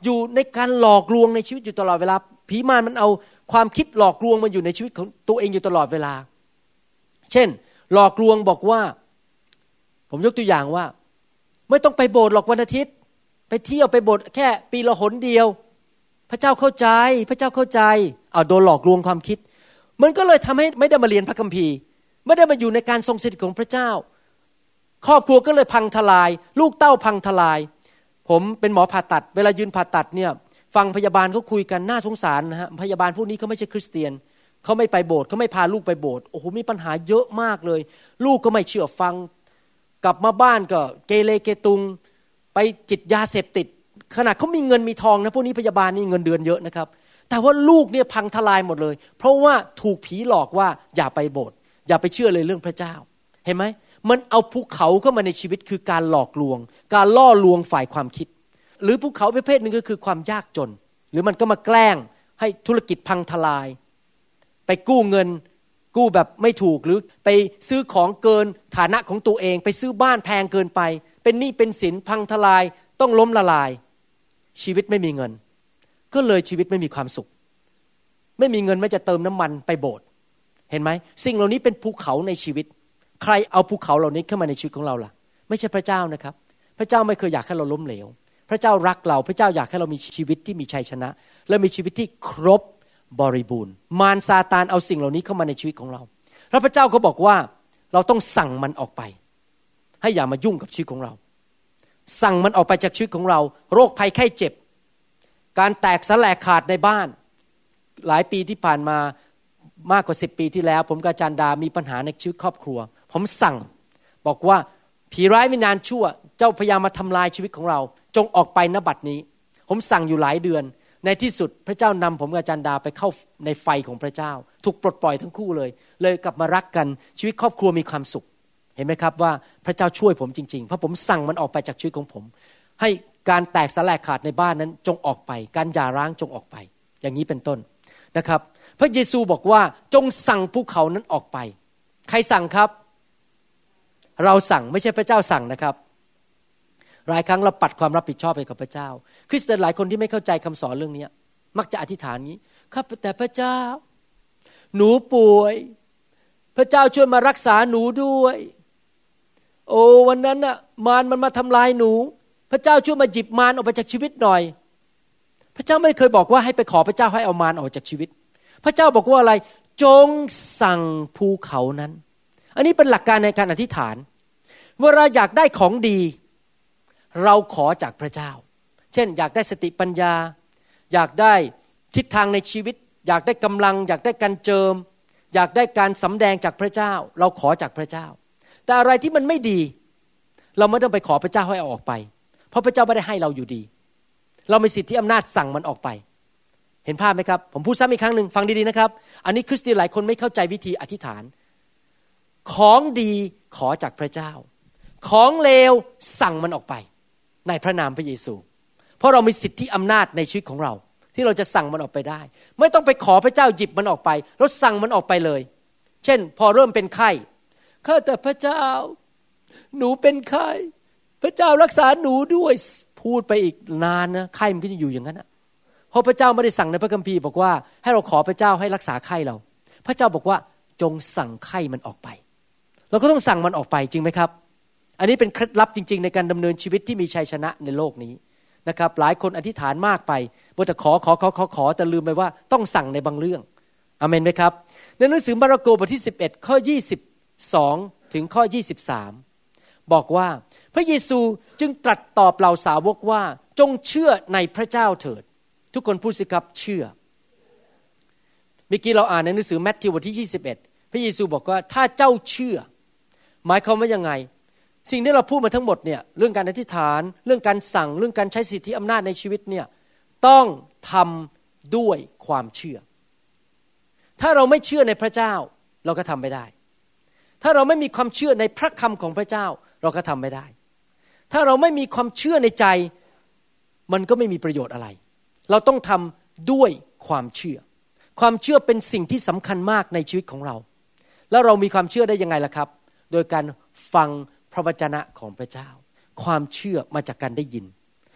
อยู่ในการหลอกลวงในชีวิตอยู่ตลอดเวลาผีมารมันเอาความคิดหลอกลวงมาอยู่ในชีวิตของตัวเองอยู่ตลอดเวลาเช่นหลอกลวงบอกว่าผมยกตัวอย่างว่าไม่ต้องไปโบสถ์หรอกวันอาทิตย์ไปเที่ยวไปโบสถ์แค่ปีละหนเดียวพระเจ้าเข้าใจพระเจ้าเข้าใจเอาโดนหลอกลวงความคิดมันก็เลยทำให้ไม่ได้มาเรียนพระคัมภีร์ไม่ได้มาอยู่ในการทรงสถิตของพระเจ้าครอบครัวก็เลยพังทลายลูกเต้าพังทลายผมเป็นหมอผ่าตัดเวลายืนผ่าตัดเนี่ยฟังพยาบาลเขาคุยกันน่าสงสารนะฮะพยาบาลพวกนี้เขาไม่ใช่คริสเตียนเขาไม่ไปโบสถ์เขาไม่พาลูกไปโบสถ์โอ้โหมีปัญหาเยอะมากเลยลูกก็ไม่เชื่อฟังกลับมาบ้านก็เกเรเกตุงไปจิตยาเสพติดขนาดเขามีเงินมีทองนะพวกนี้พยาบาลนี่เงินเดือนเยอะนะครับแต่ว่าลูกเนี่ยพังทลายหมดเลยเพราะว่าถูกผีหลอกว่าอย่าไปโบสถ์อย่าไปเชื่อเลยเรื่องพระเจ้าเห็นไหมมันเอาภูเขาเข้ามาในชีวิตคือการหลอกลวงการล่อลวงฝ่ายความคิดหรือภูเขาประเภทนึงก็คือความยากจนหรือมันก็มาแกล้งให้ธุรกิจพังทลายไปกู้เงินกู้แบบไม่ถูกหรือไปซื้อของเกินฐานะของตัวเองไปซื้อบ้านแพงเกินไปเป็นหนี้เป็นสินพังทลายต้องล้มละลายชีวิตไม่มีเงินก็เลยชีวิตไม่มีความสุขไม่มีเงินแม้จะเติมน้ำมันไปโบสถ์เห็นไหมสิ่งเหล่านี้เป็นภูเขาในชีวิตใครเอาภูเขาเหล่านี้เข้ามาในชีวิตของเราล่ะไม่ใช่พระเจ้านะครับพระเจ้าไม่เคยอยากให้เราล้มเหลวพระเจ้ารักเราพระเจ้าอยากให้เรามีชีวิตที่มีชัยชนะและมีชีวิตที่ครบบริบูรณ์มารซาตานเอาสิ่งเหล่านี้เข้ามาในชีวิตของเราแล้วพระเจ้าก็บอกว่าเราต้องสั่งมันออกไปให้อย่ามายุ่งกับชีวิตของเราสั่งมันออกไปจากชีวิตของเราโรคภัยไข้เจ็บการแตกสลายขาดในบ้านหลายปีที่ผ่านมามากกว่าสิบปีที่แล้วผมกับอาจารย์ดามีปัญหาในชีวิตครอบครัวผมสั่งบอกว่าผีร้ายวิญญาณชั่วเจ้าพยายามมาทำลายชีวิตของเราจงออกไปณบัดนี้ผมสั่งอยู่หลายเดือนในที่สุดพระเจ้านำผมกับอาจารย์ดาไปเข้าในไฟของพระเจ้าถูกปลดปล่อยทั้งคู่เลยเลยกลับมารักกันชีวิตครอบครัวมีความสุขเห็นไหมครับว่าพระเจ้าช่วยผมจริงๆเพราะผมสั่งมันออกไปจากชีวิตของผมให้การแตกสลายขาดในบ้านนั้นจงออกไปการหย่าร้างจงออกไปอย่างนี้เป็นต้นนะครับพระเยซูบอกว่าจงสั่งภูเขานั้นออกไปใครสั่งครับเราสั่งไม่ใช่พระเจ้าสั่งนะครับหลายครั้งเราปัดความรับผิดชอบให้กับพระเจ้าคริสเตียนหลายคนที่ไม่เข้าใจคำสอนเรื่องนี้มักจะอธิษฐานนี้ครับแต่พระเจ้าหนูป่วยพระเจ้าช่วยมารักษาหนูด้วยโอ้วันนั้นน่ะมารมันมาทำลายหนูพระเจ้าช่วยมาหยิบมารออกไปจากชีวิตหน่อยพระเจ้าไม่เคยบอกว่าให้ไปขอพระเจ้าให้เอามารออกจากชีวิตพระเจ้าบอกว่าอะไรจงสั่งภูเขานั้นอันนี้เป็นหลักการในการอธิษฐานเวลาอยากได้ของดีเราขอจากพระเจ้าเช่นอยากได้สติปัญญาอยากได้ทิศทางในชีวิตอยากได้กำลังอยากได้การเจิมอยากได้การสำแดงจากพระเจ้าเราขอจากพระเจ้าแต่อะไรที่มันไม่ดีเราไม่ต้องไปขอพระเจ้าให้เอาออกไปเพราะพระเจ้าไม่ได้ให้เราอยู่ดีเรามีสิทธิอำนาจสั่งมันออกไปเห็นภาพไหมครับผมพูดซ้ำอีกครั้งหนึ่งฟังดีๆนะครับอันนี้คริสเตียนหลายคนไม่เข้าใจวิธีอธิษฐานของดีขอจากพระเจ้าของเลวสั่งมันออกไปในพระนามพระเยซูเพราะเรามีสิทธิอำนาจในชีวิตของเราที่เราจะสั่งมันออกไปได้ไม่ต้องไปขอพระเจ้าหยิบมันออกไปแล้วสั่งมันออกไปเลยเช่นพอเริ่มเป็นไข้ข้าแต่พระเจ้าหนูเป็นไข้พระเจ้ารักษาหนูด้วยพูดไปอีกนานนะไข้มันก็จะอยู่อย่างนั้นนะเพราะพระเจ้าไม่ได้สั่งในพระคัมภีร์บอกว่าให้เราขอพระเจ้าให้รักษาไข้เราพระเจ้าบอกว่าจงสั่งไข้มันออกไปเราก็ต้องสั่งมันออกไปจริงไหมครับอันนี้เป็นเคล็ดลับจริงๆในการดำเนินชีวิตที่มีชัยชนะในโลกนี้นะครับหลายคนอธิษฐานมากไปบ่แต่ขอขอขอขอขอแต่ลืมไปว่าต้องสั่งในบางเรื่องอาเมนไหมครับในหนังสือมาระโกบทที่สิบเอ็ดข้อยี่สิบสองถึงข้อยี่สิบสามบอกว่าพระเยซูจึงตรัสตอบเหล่าสาวกว่าจงเชื่อในพระเจ้าเถิดทุกคนพูดสิครับเชื่อเมื่อกี้เราอ่านในหนังสือมัทธิวบทที่ยี่สิบเอ็ดพระเยซูบอกว่าถ้าเจ้าเชื่อหมายความว่ายังไงสิ่งที่เราพูดมาทั้งหมดเนี่ยเรื่องการอธิษฐานเรื่องการสั่งเรื่องการใช้สิทธิอำนาจในชีวิตเนี่ยต้องทำด้วยความเชื่อถ้าเราไม่เชื่อในพระเจ้าเราก็ทำไม่ได้ถ้าเราไม่มีความเชื่อในพระคำของพระเจ้าเราก็ทำไม่ได้ถ้าเราไม่มีความเชื่อในใจมันก็ไม่มีประโยชน์อะไรเราต้องทำด้วยความเชื่อความเชื่อเป็นสิ่งที่สำคัญมากในชีวิตของเราแล้วเรามีความเชื่อได้ยังไงล่ะครับโดยการฟังพระวจนะของพระเจ้าความเชื่อมาจากการได้ยิน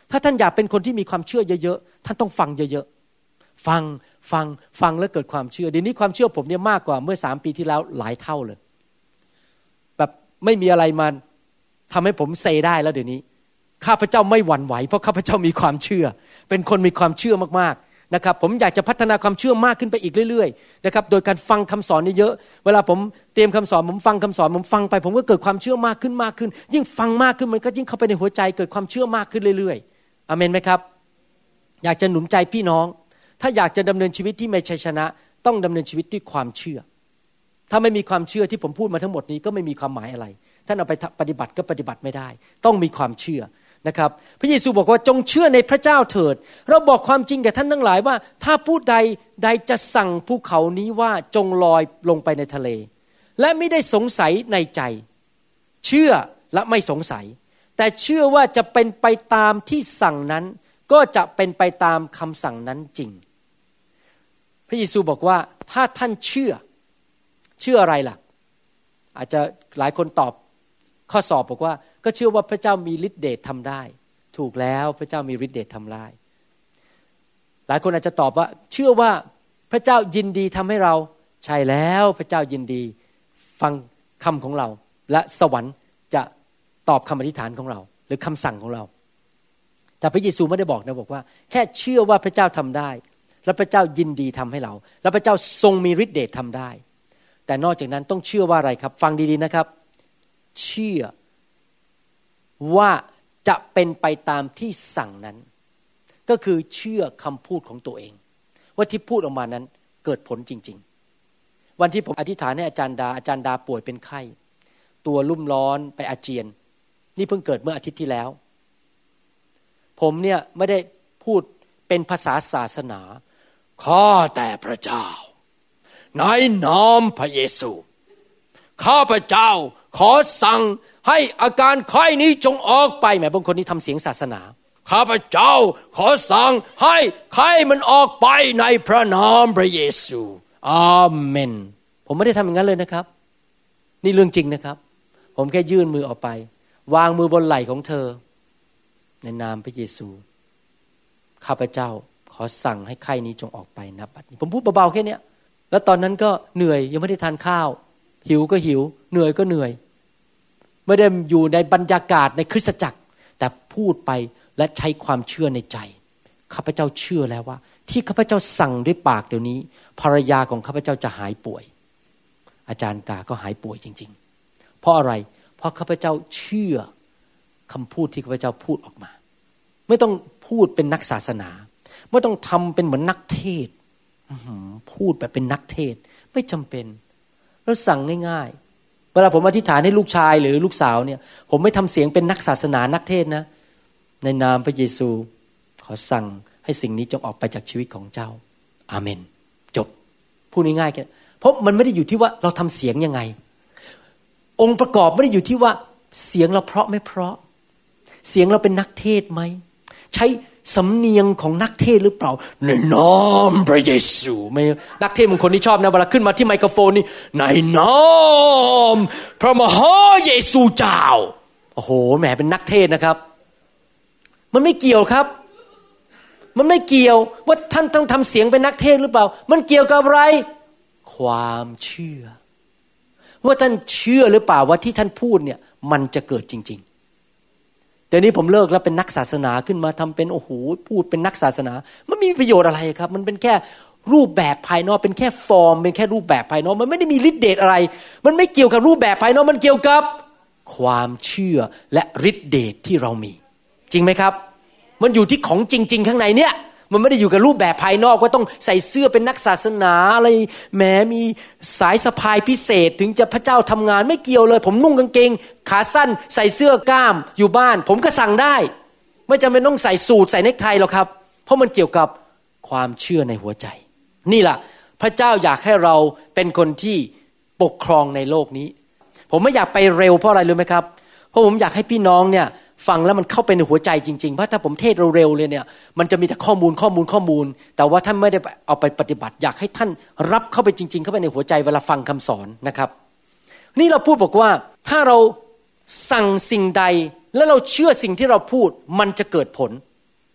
ถ้าท่านอยากเป็นคนที่มีความเชื่อเยอะๆท่านต้องฟังเยอะๆฟังฟังฟังแล้วเกิดความเชื่อเดี๋ยวนี้ความเชื่อผมเนี่ยมากกว่าเมื่อสามปีที่แล้วหลายเท่าเลยแบบไม่มีอะไรมาทำให้ผมเซได้แล้วเดี๋ยวนี้ข้าพเจ้าไม่หวั่นไหวเพราะข้าพเจ้ามีความเชื่อเป็นคนมีความเชื่อมากๆนะครับผมอยากจะพัฒนาความเชื่อมากขึ้นไปอีกเรื่อยๆนะครับโดยการฟังคำสอนเยอะๆเวลาผมเตรียมคำสอนผมฟังคำสอนผมฟังไปผมก็เกิดความเชื่อมากขึ้นมากขึ้นยิ่งฟังมากขึ้นมันก็ยิ่งเข้าไปในหัวใจเกิดความเชื่อมากขึ้นเรื่อยๆอาเมนไหมครับอยากจะหนุนใจพี่น้องถ้าอยากจะดำเนินชีวิตที่มีชัยชนะต้องดำเนินชีวิตด้วยความเชื่อถ้าไม่มีความเชื่อที่ผมพูดมาทั้งหมดนี้ก็ไม่มีความหมายอะไรท่านเอาไปปฏิบัติก็ปฏิบัติไม่ได้ต้องมีความเชื่อนะครับพระเยซูบอกว่าจงเชื่อในพระเจ้าเถิดเราบอกความจริงแก่ท่านทั้งหลายว่าถ้าผู้ใดใดจะสั่งภูเขานี้ว่าจงลอยลงไปในทะเลและไม่ได้สงสัยในใจเชื่อและไม่สงสัยแต่เชื่อว่าจะเป็นไปตามที่สั่งนั้นก็จะเป็นไปตามคำสั่งนั้นจริงพระเยซูบอกว่าถ้าท่านเชื่อเชื่ออะไรล่ะอาจจะหลายคนตอบข้อสอบบอกว่าก็เชื่อว่าพระเจ้ามีฤทธิ์เดชทำได้ถูกแล้วพระเจ้ามีฤทธิ์เดชทำได้หลายคนอาจจะตอบว่าเชื่อว่าพระเจ้ายินดีทำให้เราใช่แล้วพระเจ้ายินดีฟังคำของเราและสวรรค์จะตอบคำอธิษฐานของเราหรือคำสั่งของเราแต่พระเยซูไม่ได้บอกนะบอกว่าแค่เชื่อว่าพระเจ้าทำได้และพระเจ้ายินดีทำให้เราและพระเจ้าทรงมีฤทธิ์เดชทำได้แต่นอกจากนั้นต้องเชื่อว่าอะไรครับฟังดีๆนะครับเชื่อว่าจะเป็นไปตามที่สั่งนั้นก็คือเชื่อคำพูดของตัวเองว่าที่พูดออกมานั้นเกิดผลจริงๆวันที่ผมอธิษฐานให้อาจารย์ดาอาจารย์ดาป่วยเป็นไข้ตัวลุ่มร้อนไปอาเจียนนี่เพิ่งเกิดเมื่ออาทิตย์ที่แล้วผมเนี่ยไม่ได้พูดเป็นภาษาศาสนาข้าแต่พระเจ้าในนามพระเยซูข้าพระเจ้าขอสั่งให้อาการไข้นี้จงออกไปแหมบางคนนี่ทำเสียงศาสนาข้าพเจ้าขอสั่งให้ไข้มันออกไปในพระนามพระเยซูอาเมนผมไม่ได้ทำอย่างนั้นเลยนะครับนี่เรื่องจริงนะครับผมแค่ยื่นมือออกไปวางมือบนไหล่ของเธอในนามพระเยซูข้าพเจ้าขอสั่งให้ไข้นี้จงออกไปณบัดนี้ผมพูดเบาๆแค่นี้แล้วตอนนั้นก็เหนื่อยยังไม่ได้ทานข้าวหิวก็หิวเหนื่อยก็เหนื่อยไม่ได้อยู่ในบรรยากาศในคริสตจักรแต่พูดไปและใช้ความเชื่อในใจข้าพเจ้าเชื่อแล้วว่าที่ข้าพเจ้าสั่งด้วยปากเดี๋ยวนี้ภรรยาของข้าพเจ้าจะหายป่วยอาจารย์ตาก็หายป่วยจริงๆเพราะอะไรเพราะข้าพเจ้าเชื่อคำพูดที่ข้าพเจ้าพูดออกมาไม่ต้องพูดเป็นนักศาสนาไม่ต้องทำเป็นเหมือนนักเทศพูดแบบเป็นนักเทศไม่จำเป็นแล้วสั่งง่ายๆเวลาผมอธิษฐานให้ลูกชายหรือลูกสาวเนี่ยผมไม่ทำเสียงเป็นนักศาสนานักเทศนะในนามพระเยซูขอสั่งให้สิ่งนี้จงออกไปจากชีวิตของเจ้าอาเมนจบพูดง่ายๆแค่เพราะมันไม่ได้อยู่ที่ว่าเราทำเสียงยังไงองค์ประกอบไม่ได้อยู่ที่ว่าเสียงเราเพราะไม่เพราะเสียงเราเป็นนักเทศไหมใช้สำเนียงของนักเทศหรือเปล่าในนามพระเยซูไม่นักเทศบางคนที่ชอบนะเวลาขึ้นมาที่ไมโครโฟนนี่ในนามพระมหาเยซูเจ้าโอ้โหแหมเป็นนักเทศนะครับมันไม่เกี่ยวครับมันไม่เกี่ยวว่าท่านต้องทำเสียงเป็นนักเทศหรือเปล่ามันเกี่ยวกับอะไรความเชื่อว่าท่านเชื่อหรือเปล่าว่าที่ท่านพูดเนี่ยมันจะเกิดจริงๆเดี๋ยวนี้ผมเลิกแล้วเป็นนักศาสนาขึ้นมาทำเป็นโอ้โหพูดเป็นนักศาสนามันมีประโยชน์อะไรครับมันเป็นแค่รูปแบบภายนอกเป็นแค่ฟอร์มเป็นแค่รูปแบบภายนอกมันไม่ได้มีฤทธิ์เดชอะไรมันไม่เกี่ยวกับรูปแบบภายนอกมันเกี่ยวกับความเชื่อและฤทธิ์เดชที่เรามีจริงไหมครับมันอยู่ที่ของจริงๆข้างในเนี่ยมันไม่ได้อยู่กับรูปแบบภายนอกว่าต้องใส่เสื้อเป็นนักศาสนาอะไรแหมมีสายสะพายพิเศษถึงจะพระเจ้าทำงานไม่เกี่ยวเลยผมนุ่งกางเกงขาสั้นใส่เสื้อกล้ามอยู่บ้านผมก็สั่งได้ไม่จำเป็นต้องใส่สูทใส่เนคไทหรอกครับเพราะมันเกี่ยวกับความเชื่อในหัวใจนี่แหละพระเจ้าอยากให้เราเป็นคนที่ปกครองในโลกนี้ผมไม่อยากไปเร็วเพราะอะไรรู้ไหมครับเพราะผมอยากให้พี่น้องเนี่ยฟังแล้วมันเข้าไปในหัวใจจริงๆเพราะถ้าผมเทศเร็วๆเลยเนี่ยมันจะมีแต่ข้อมูลข้อมูลข้อมูลแต่ว่าท่านไม่ได้เอาไปปฏิบัติอยากให้ท่านรับเข้าไปจริงๆเข้าไปในหัวใจเวลาฟังคำสอนนะครับนี่เราพูดบอกว่าถ้าเราสั่งสิ่งใดและเราเชื่อสิ่งที่เราพูดมันจะเกิดผล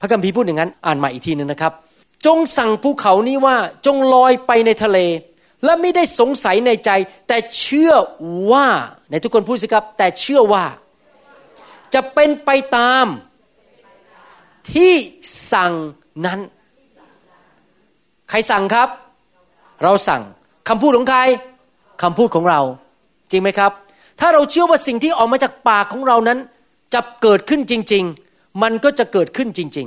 พระคัมภีร์พูดอย่างนั้นอ่านใหม่อีกทีนึงนะครับจงสั่งภูเขานี้ว่าจงลอยไปในทะเลและไม่ได้สงสัยในใจแต่เชื่อว่าในทุกคนพูดสิครับแต่เชื่อว่าจะเป็นไปตามที่สั่งนั้นใครสั่งครับเราสั่งคำพูดของใครคำพูดของเราจริงไหมครับถ้าเราเชื่อว่าสิ่งที่ออกมาจากปากของเรานั้นจะเกิดขึ้นจริงๆมันก็จะเกิดขึ้นจริง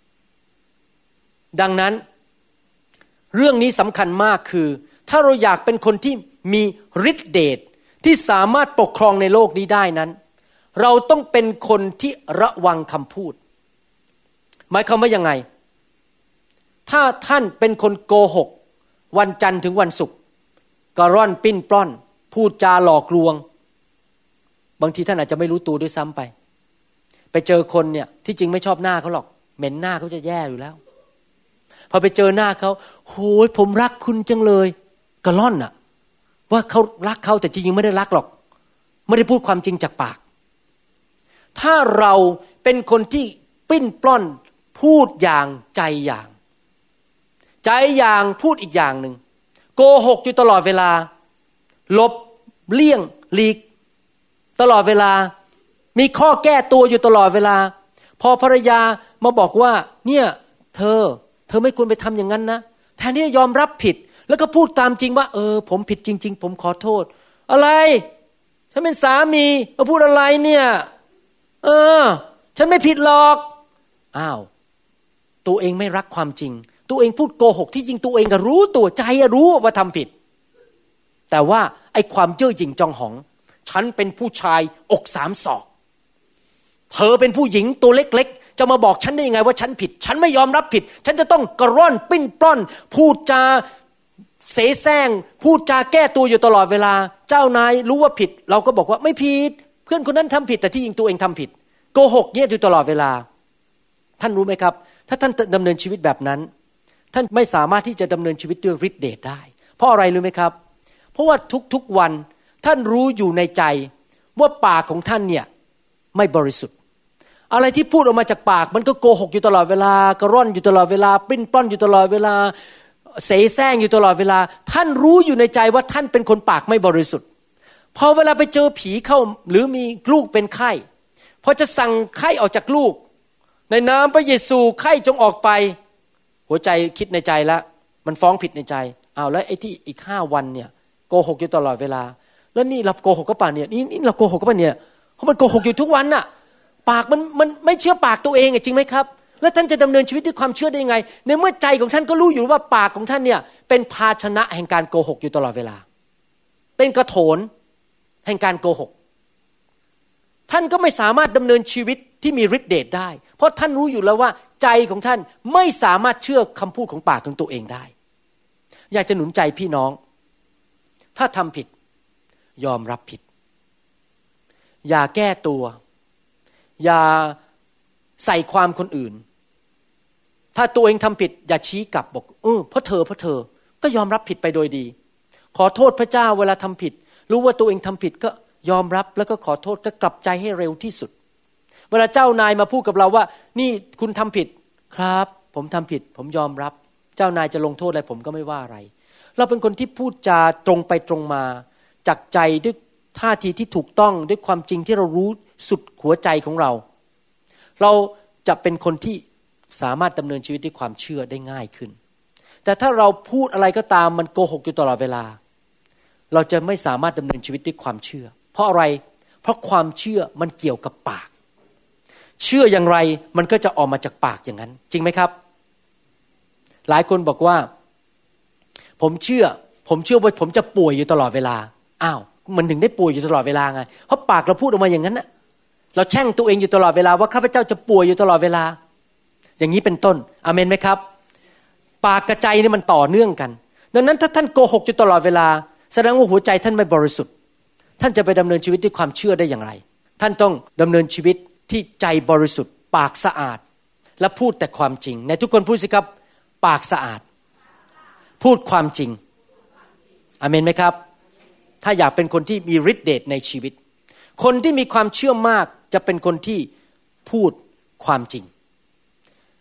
ๆดังนั้นเรื่องนี้สำคัญมากคือถ้าเราอยากเป็นคนที่มีฤทธิเดชที่สามารถปกครองในโลกนี้ได้นั้นเราต้องเป็นคนที่ระวังคำพูดหมายความว่ายังไงถ้าท่านเป็นคนโกหกวันจันทร์ถึงวันศุกร์กระร่อนปิ้นปล้อนพูดจาหลอกลวงบางทีท่านอาจจะไม่รู้ตัวด้วยซ้ำไปไปเจอคนเนี่ยที่จริงไม่ชอบหน้าเขาหรอกเหม็นหน้าเขาจะแย่อยู่แล้วพอไปเจอหน้าเขาโหยผมรักคุณจังเลยกระร่อนอะว่าเขารักเขาแต่จริงๆไม่ได้รักหรอกไม่ได้พูดความจริงจากปากถ้าเราเป็นคนที่ปิ้นปล้อนพูดอย่างใจอย่างใจอย่างพูดอีกอย่างหนึ่งโกหกอยู่ตลอดเวลาลบเลี่ยงหลีกตลอดเวลามีข้อแก้ตัวอยู่ตลอดเวลาพอภรรยามาบอกว่าเนี่ยเธอเธอไม่ควรไปทำอย่างนั้นนะแทนที่จะยอมรับผิดแล้วก็พูดตามจริงว่าเออผมผิดจริงๆผมขอโทษอะไรฉันเป็นสามีมาพูดอะไรเนี่ยเออฉันไม่ผิดหรอกอ้าวตัวเองไม่รักความจริงตัวเองพูดโกหกที่จริงตัวเองก็รู้ตัวใจรู้ว่าทำผิดแต่ว่าไอ้ความเย่อหยิ่งจองหองฉันเป็นผู้ชายอกสามศอกเธอเป็นผู้หญิงตัวเล็กๆจะมาบอกฉันได้ยังไงว่าฉันผิดฉันไม่ยอมรับผิดฉันจะต้องกระร่อนปิ้นปล้อนพูดจาเสแสร้งพูดจาแก้ตัวอยู่ตลอดเวลาเจ้านายรู้ว่าผิดเราก็บอกว่าไม่ผิดเพื่อนคนนั้นทำผิดแต่ที่จริงตัวเองทำผิดโกหกเนี่ยอยู่ตลอดเวลาท่านรู้ไหมครับถ้าท่านดำเนินชีวิตแบบนั้นท่านไม่สามารถที่จะดำเนินชีวิตด้วยฤทธิ์เดชได้เพราะอะไรรู้ไหมครับเพราะว่าทุกๆวันท่านรู้อยู่ในใจว่าปากของท่านเนี่ยไม่บริสุทธิ์อะไรที่พูดออกมาจากปากมันก็โกหกอยู่ตลอดเวลากระร่อนอยู่ตลอดเวลาปลิ้นปล้อนอยู่ตลอดเวลาเสแสร้งอยู่ตลอดเวลาท่านรู้อยู่ในใจว่าท่านเป็นคนปากไม่บริสุทธิ์พอเวลาไปเจอผีเข้าหรือมีลูกเป็นไข้พอจะสั่งไข้ออกจากลูกในนามพระเยซูไข้จงออกไปหัวใจคิดในใจแล้วมันฟ้องผิดในใจอ้าวแล้วไอ้ที่อีกห้าวันเนี่ยโกหกอยู่ตลอดเวลาแล้วนี่เราโกหกก็ป่ะเนี่ยนี่นี่เราโกหกก็ป่ะเนี่ยเพราะมันโกหกอยู่ทุกวันน่ะปากมันมันไม่เชื่อปากตัวเองจริงไหมครับแล้วท่านจะดำเนินชีวิตด้วยความเชื่อได้ยังไงในเมื่อใจของท่านก็รู้อยู่ว่าปากของท่านเนี่ยเป็นภาชนะแห่งการโกหกอยู่ตลอดเวลาเป็นกระโถนแห่งการโกหกท่านก็ไม่สามารถดำเนินชีวิตที่มีฤทธิ์เดชได้เพราะท่านรู้อยู่แล้วว่าใจของท่านไม่สามารถเชื่อคำพูดของปากของตัวเองได้อยากจะหนุนใจพี่น้องถ้าทำผิดยอมรับผิดอย่าแก้ตัวอย่าใส่ความคนอื่นถ้าตัวเองทำผิดอย่าชี้กลับบอกเออเพราะเธอเพราะเธอก็ยอมรับผิดไปโดยดีขอโทษพระเจ้าเวลาทำผิดรู้ว่าตัวเองทำผิดก็ยอมรับแล้วก็ขอโทษก็กลับใจให้เร็วที่สุดเวลาเจ้านายมาพูดกับเราว่านี่คุณทำผิดครับผมทำผิดผมยอมรับเจ้านายจะลงโทษอะไรผมก็ไม่ว่าอะไรเราเป็นคนที่พูดจาตรงไปตรงมาจากใจด้วยท่าทีที่ถูกต้องด้วยความจริงที่เรารู้สุดหัวใจของเราเราจะเป็นคนที่สามารถดำเนินชีวิตด้วยความเชื่อได้ง่ายขึ้นแต่ถ้าเราพูดอะไรก็ตามมันโกหกอยู่ตลอดเวลาเราจะไม่สามารถดำเนินชีวิตด้วยความเชื่อเพราะอะไรเพราะความเชื่อมันเกี่ยวกับปากเชื่ออย่างไรมันก็จะออกมาจากปากอย่างนั้นจริงไหมครับหลายคนบอกว่าผมเชื่อผมเชื่อว่าผมจะป่วยอยู่ตลอดเวลาอ้าวมันถึงได้ป่วยอยู่ตลอดเวลาไงเพราะปากเราพูดออกมาอย่างนั้นน่ะเราแช่งตัวเองอยู่ตลอดเวลาว่าข้าพเจ้าจะป่วยอยู่ตลอดเวลาอย่างนี้เป็นต้นอาเมนไหมครับปากกับใจนี่มันต่อเนื่องกันดังนั้นถ้าท่านโกหกอยู่ตลอดเวลาแสดงว่าหัวใจท่านไม่บริสุทธิ์ท่านจะไปดำเนินชีวิตด้วยความเชื่อได้อย่างไรท่านต้องดำเนินชีวิตที่ใจบริสุทธิ์ปากสะอาดและพูดแต่ความจริงในทุกคนพูดสิครับปากสะอาดพูดความจริงอาเมนไหมครับถ้าอยากเป็นคนที่มีฤทธิ์เดชในชีวิตคนที่มีความเชื่อมากจะเป็นคนที่พูดความจริง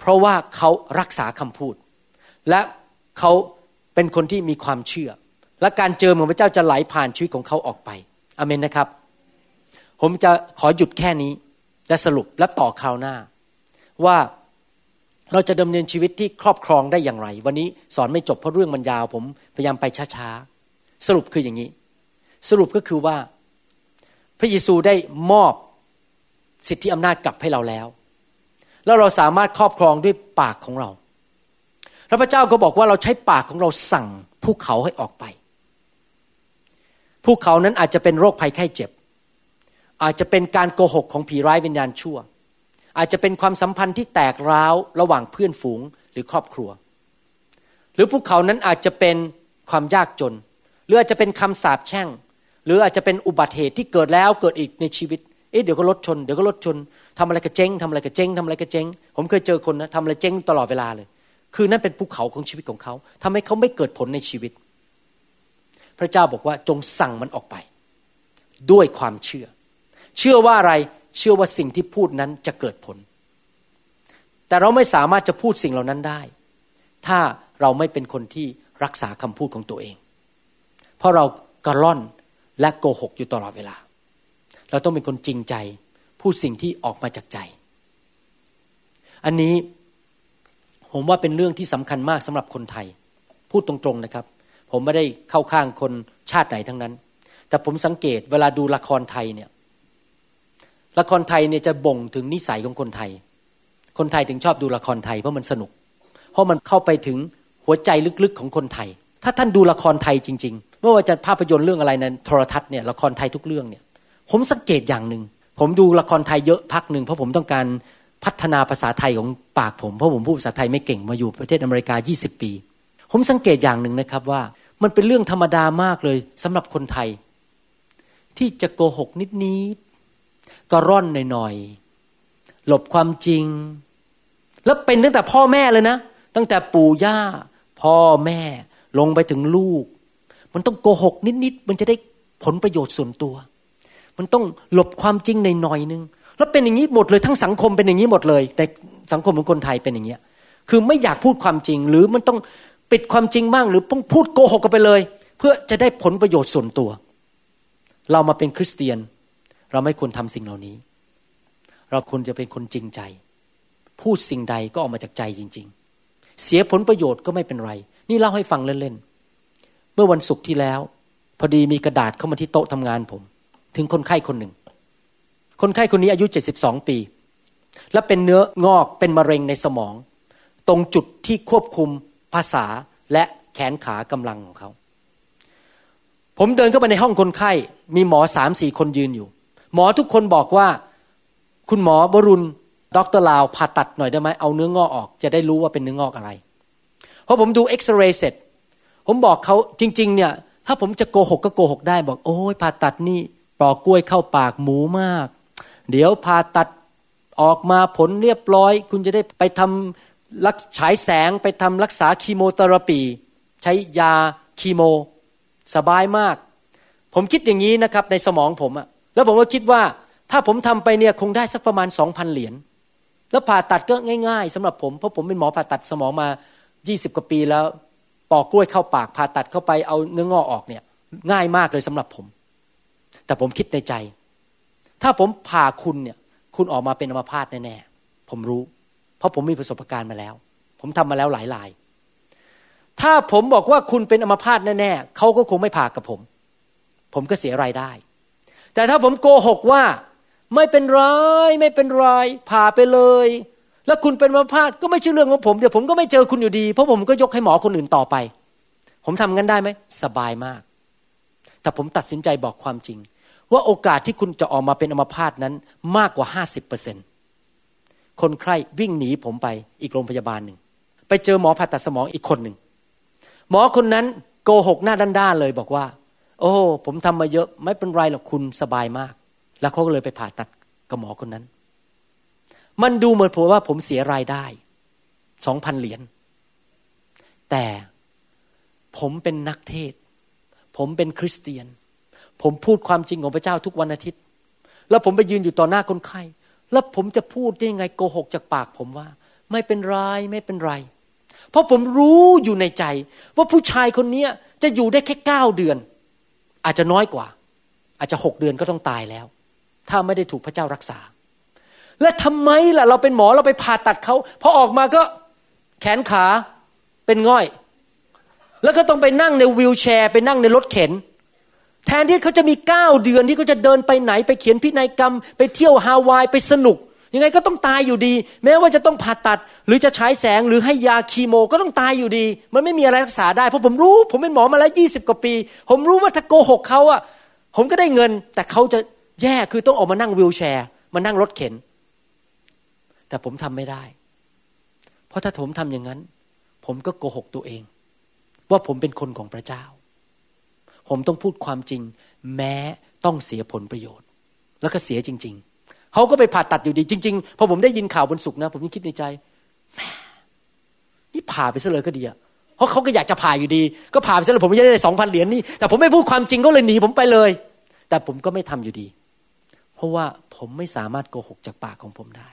เพราะว่าเขารักษาคำพูดและเขาเป็นคนที่มีความเชื่อและการเจิมของพระเจ้าจะไหลผ่านชีวิตของเขาออกไปอาเมนนะครับผมจะขอหยุดแค่นี้และสรุปและต่อคราวหน้าว่าเราจะดำเนินชีวิตที่ครอบครองได้อย่างไรวันนี้สอนไม่จบเพราะเรื่องมันยาวผมพยายามไปช้าๆสรุปคืออย่างนี้สรุปก็คือว่าพระเยซูได้มอบสิทธิอำนาจกลับให้เราแล้วแล้วเราสามารถครอบครองด้วยปากของเราแล้วพระเจ้าก็บอกว่าเราใช้ปากของเราสั่งภูเขาให้ออกไปภูเขานั้นอาจจะเป็นโรคภัยไข้เจ็บอาจจะเป็นการโกหกของผีร้ายวิญญาณชั่วอาจจะเป็นความสัมพันธ์ที่แตกร้าวระหว่างเพื่อนฝูงหรือครอบครัวหรือภูเขานั้นอาจจะเป็นความยากจนหรืออาจจะเป็นคำสาปแช่งหรืออาจจะเป็นอุบัติเหตุที่เกิดแล้วเกิดอีกในชีวิตเอ๊ะเดี๋ยวก็รถชนเดี๋ยวก็รถชนทำอะไรก็เจ๊งทำอะไรก็เจ๊งทำอะไรก็เจ๊งผมเคยเจอคนนะทำอะไรเจ๊งตลอดเวลาเลยคือนั่นเป็นภูเขาของชีวิตของเขาทำให้เขาไม่เกิดผลในชีวิตพระเจ้าบอกว่าจงสั่งมันออกไปด้วยความเชื่อเชื่อว่าอะไรเชื่อว่าสิ่งที่พูดนั้นจะเกิดผลแต่เราไม่สามารถจะพูดสิ่งเหล่านั้นได้ถ้าเราไม่เป็นคนที่รักษาคำพูดของตัวเองเพราะเรากระล่อนและโกหกอยู่ตลอดเวลาเราต้องเป็นคนจริงใจพูดสิ่งที่ออกมาจากใจอันนี้ผมว่าเป็นเรื่องที่สำคัญมากสำหรับคนไทยพูดตรงๆนะครับผมไม่ได้เข้าข้างคนชาติไหนทั้งนั้นแต่ผมสังเกตเวลาดูละครไทยเนี่ยละครไทยเนี่ยจะบ่งถึงนิสัยของคนไทยคนไทยถึงชอบดูละครไทยเพราะมันสนุกเพราะมันเข้าไปถึงหัวใจลึกๆของคนไทยถ้าท่านดูละครไทยจริงๆไม่ว่าจะภาพยนตร์เรื่องอะไรนั้นโทรทัศน์เนี่ยละครไทยทุกเรื่องเนี่ยผมสังเกตอย่างนึงผมดูละครไทยเยอะพักนึงเพราะผมต้องการพัฒนาภาษาไทยของปากผมเพราะผมพูดภาษาไทยไม่เก่งมาอยู่ประเทศอเมริกายี่สิบปีผมสังเกตอย่างนึงนะครับว่ามันเป็นเรื่องธรรมดามากเลยสำหรับคนไทยที่จะโกหกนิดๆก็ร่อนหน่อยๆหลบความจริงแล้วเป็นตั้งแต่พ่อแม่เลยนะตั้งแต่ปู่ย่าพ่อแม่ลงไปถึงลูกมันต้องโกหกนิดๆมันจะได้ผลประโยชน์ส่วนตัวมันต้องหลบความจริงหน่อยๆนึงแล้วเป็นอย่างนี้หมดเลยทั้งสังคมเป็นอย่างนี้หมดเลยแต่สังคมของคนไทยเป็นอย่างเงี้ยคือไม่อยากพูดความจริงหรือมันต้องปิดความจริงบ้างหรือต้องพูดโกหกกันไปเลยเพื่อจะได้ผลประโยชน์ส่วนตัวเรามาเป็นคริสเตียนเราไม่ควรทำสิ่งเหล่านี้เราควรจะเป็นคนจริงใจพูดสิ่งใดก็ออกมาจากใจจริงๆเสียผลประโยชน์ก็ไม่เป็นไรนี่เล่าให้ฟังเล่นๆเมื่อวันศุกร์ที่แล้วพอดีมีกระดาษเข้ามาที่โต๊ะทำงานผมถึงคนไข้คนหนึ่งคนไข้คนนี้อายุเจ็ดสิบสองปีและเป็นเนื้องอกเป็นมะเร็งในสมองตรงจุดที่ควบคุมภาษาและแขนขากำลังของเขาผมเดินเข้าไปในห้องคนไข้มีหมอ สามสี่ คนยืนอยู่หมอทุกคนบอกว่าคุณหมอวรุณดร.ลาวผ่าตัดหน่อยได้ไหมเอาเนื้องอกออกจะได้รู้ว่าเป็นเนื้องอกอะไรเพราะผมดูเอ็กซเรย์เสร็จผมบอกเขาจริงๆเนี่ยถ้าผมจะโกหกก็โกหกได้บอกโอ้ยผ่าตัดนี่ปลอกกล้วยเข้าปากหมูมากเดี๋ยวผ่าตัดออกมาผลเรียบร้อยคุณจะได้ไปทำรักฉายแสงไปทำรักษาคีโมเทอราปีใช้ยาคีโมสบายมากผมคิดอย่างนี้นะครับในสมองผมอะแล้วผมก็คิดว่าถ้าผมทำไปเนี่ยคงได้สักประมาณ สองพัน เหรียญแล้วผ่าตัดก็ง่ายๆสำหรับผมเพราะผมเป็นหมอผ่าตัดสมองมายี่สิบกว่าปีแล้วปอกกล้วยเข้าปากผ่าตัดเข้าไปเอาเนื้องอกออกเนี่ยง่ายมากเลยสำหรับผมแต่ผมคิดในใจถ้าผมผ่าคุณเนี่ยคุณออกมาเป็นอัมพาตแน่ๆผมรู้เพราะผมมีประสบการณ์มาแล้วผมทำมาแล้วหลายรายถ้าผมบอกว่าคุณเป็นอัมพาตแน่ๆเขาก็คงไม่ผ่ากับผมผมก็เสียรายได้แต่ถ้าผมโกหกว่าไม่เป็นไรไม่เป็นไรผ่าไปเลยแล้วคุณเป็นอัมพาตก็ไม่ใช่เรื่องของผมเดี๋ยวผมก็ไม่เจอคุณอยู่ดีเพราะผมก็ยกให้หมอคนอื่นต่อไปผมทำงั้นได้ไหมสบายมากแต่ผมตัดสินใจบอกความจริงว่าโอกาสที่คุณจะออกมาเป็นอัมพาตนั้นมากกว่า ห้าสิบเปอร์เซ็นต์ คนไข้วิ่งหนีผมไปอีกโรงพยาบาลหนึ่งไปเจอหมอผ่าตัดสมองอีกคนหนึ่งหมอคนนั้นโกหกหน้าด้านๆเลยบอกว่าโอ้ผมทำมาเยอะไม่เป็นไรหรอกคุณสบายมากแล้วเขาก็เลยไปผ่าตัดกับหมอคนนั้นมันดูเหมือนผมว่าผมเสียรายได้ สองพัน เหรียญแต่ผมเป็นนักเทศน์ผมเป็นคริสเตียนผมพูดความจริงของพระเจ้าทุกวันอาทิตย์แล้วผมไปยืนอยู่ต่อหน้าคนไข้แล้วผมจะพูดได้ยังไงโกหกจากปากผมว่าไม่เป็นไรไม่เป็นไรเพราะผมรู้อยู่ในใจว่าผู้ชายคนนี้จะอยู่ได้แค่เก้าเดือนอาจจะน้อยกว่าอาจจะหกเดือนก็ต้องตายแล้วถ้าไม่ได้ถูกพระเจ้ารักษาและทำไมล่ะเราเป็นหมอเราไปผ่าตัดเขาพอออกมาก็แขนขาเป็นง่อยแล้วก็ต้องไปนั่งในวีลแชร์ไปนั่งในรถเข็นแทนที่เขาจะมีเก้าเดือนที่เขาจะเดินไปไหนไปเขียนพินัยกรรมไปเที่ยวฮาวายไปสนุกยังไงก็ต้องตายอยู่ดีแม้ว่าจะต้องผ่าตัดหรือจะฉายแสงหรือให้ยาคีโมก็ต้องตายอยู่ดีมันไม่มีอะไรรักษาได้เพราะผมรู้ผมเป็นหมอมาแล้วยี่สิบกว่าปีผมรู้ว่าถ้าโกหกเขาอ่ะผมก็ได้เงินแต่เขาจะแย่คือต้องออกมานั่งวีลแชร์มานั่งรถเข็นแต่ผมทำไม่ได้เพราะถ้าผมทำอย่างนั้นผมก็โกหกตัวเองว่าผมเป็นคนของพระเจ้าผมต้องพูดความจริงแม้ต้องเสียผลประโยชน์แล้วก็เสียจริงๆเขาก็ไปผ่าตัดอยู่ดีจริงๆพอผมได้ยินข่าวบนศุกร์นะผมยังคิดในใจแม่นี่ผ่าไปซะเลยก็ดีอะเพราะเขาก็อยากจะผ่าอยู่ดีก็ผ่าไปซะเลยผมจะได้ สองพัน เหรียญนี่แต่ผมไม่พูดความจริงก็เลยหนีผมไปเลยแต่ผมก็ไม่ทำอยู่ดีเพราะว่าผมไม่สามารถโกหกจากปากของผมได้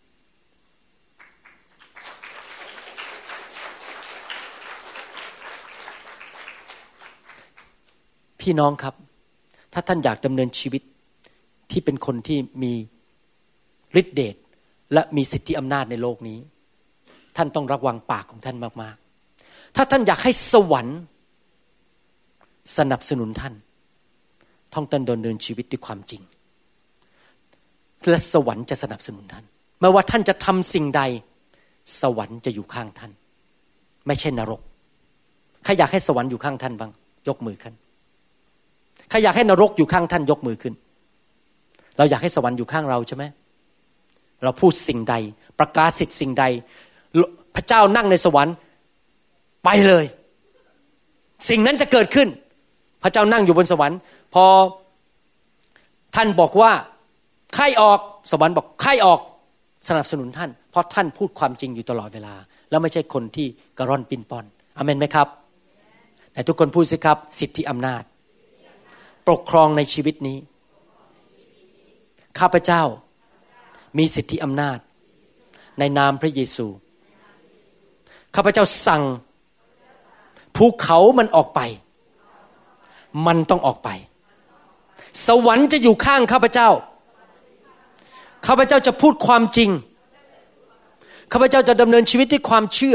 พี่น้องครับถ้าท่านอยากดำเนินชีวิตที่เป็นคนที่มีฤทธิ์เดชและมีสิทธิอำนาจในโลกนี้ท่านต้องระวังปากของท่านมากๆถ้าท่านอยากให้สวรรค์สนับสนุนท่านต้องดำเนินชีวิตด้วยความจริงและสวรรค์จะสนับสนุนท่านไม่ว่าท่านจะทำสิ่งใดสวรรค์จะอยู่ข้างท่านไม่ใช่นรกใครอยากให้สวรรค์อยู่ข้างท่านบ้างยกมือขึ้นใครอยากให้นรกอยู่ข้างท่านยกมือขึ้นเราอยากให้สวรรค์อยู่ข้างเราใช่ไหมเราพูดสิ่งใดประกาศสิทธิ์สิ่งใดพระเจ้านั่งในสวรรค์ไปเลยสิ่งนั้นจะเกิดขึ้นพระเจ้านั่งอยู่บนสวรรค์พอท่านบอกว่าไข้ออกสวรรค์บอกไข้ออกสนับสนุนท่านเพราะท่านพูดความจริงอยู่ตลอดเวลาแล้วไม่ใช่คนที่กระร่อนปิ้นป้อนอาเมนไหมครับแต่ทุกคนพูดสิครับสิทธิอำนาจปกครองในชีวิตนี้ข้าพเจ้ามีสิทธิอำนาจในนามพระเยซูข้าพเจ้าสั่งภูเขามันออกไปมันต้องออกไปสวรรค์จะอยู่ข้างข้าพเจ้าข้าพเจ้าจะพูดความจริงข้าพเจ้าจะดำเนินชีวิตด้วยความเชื่อ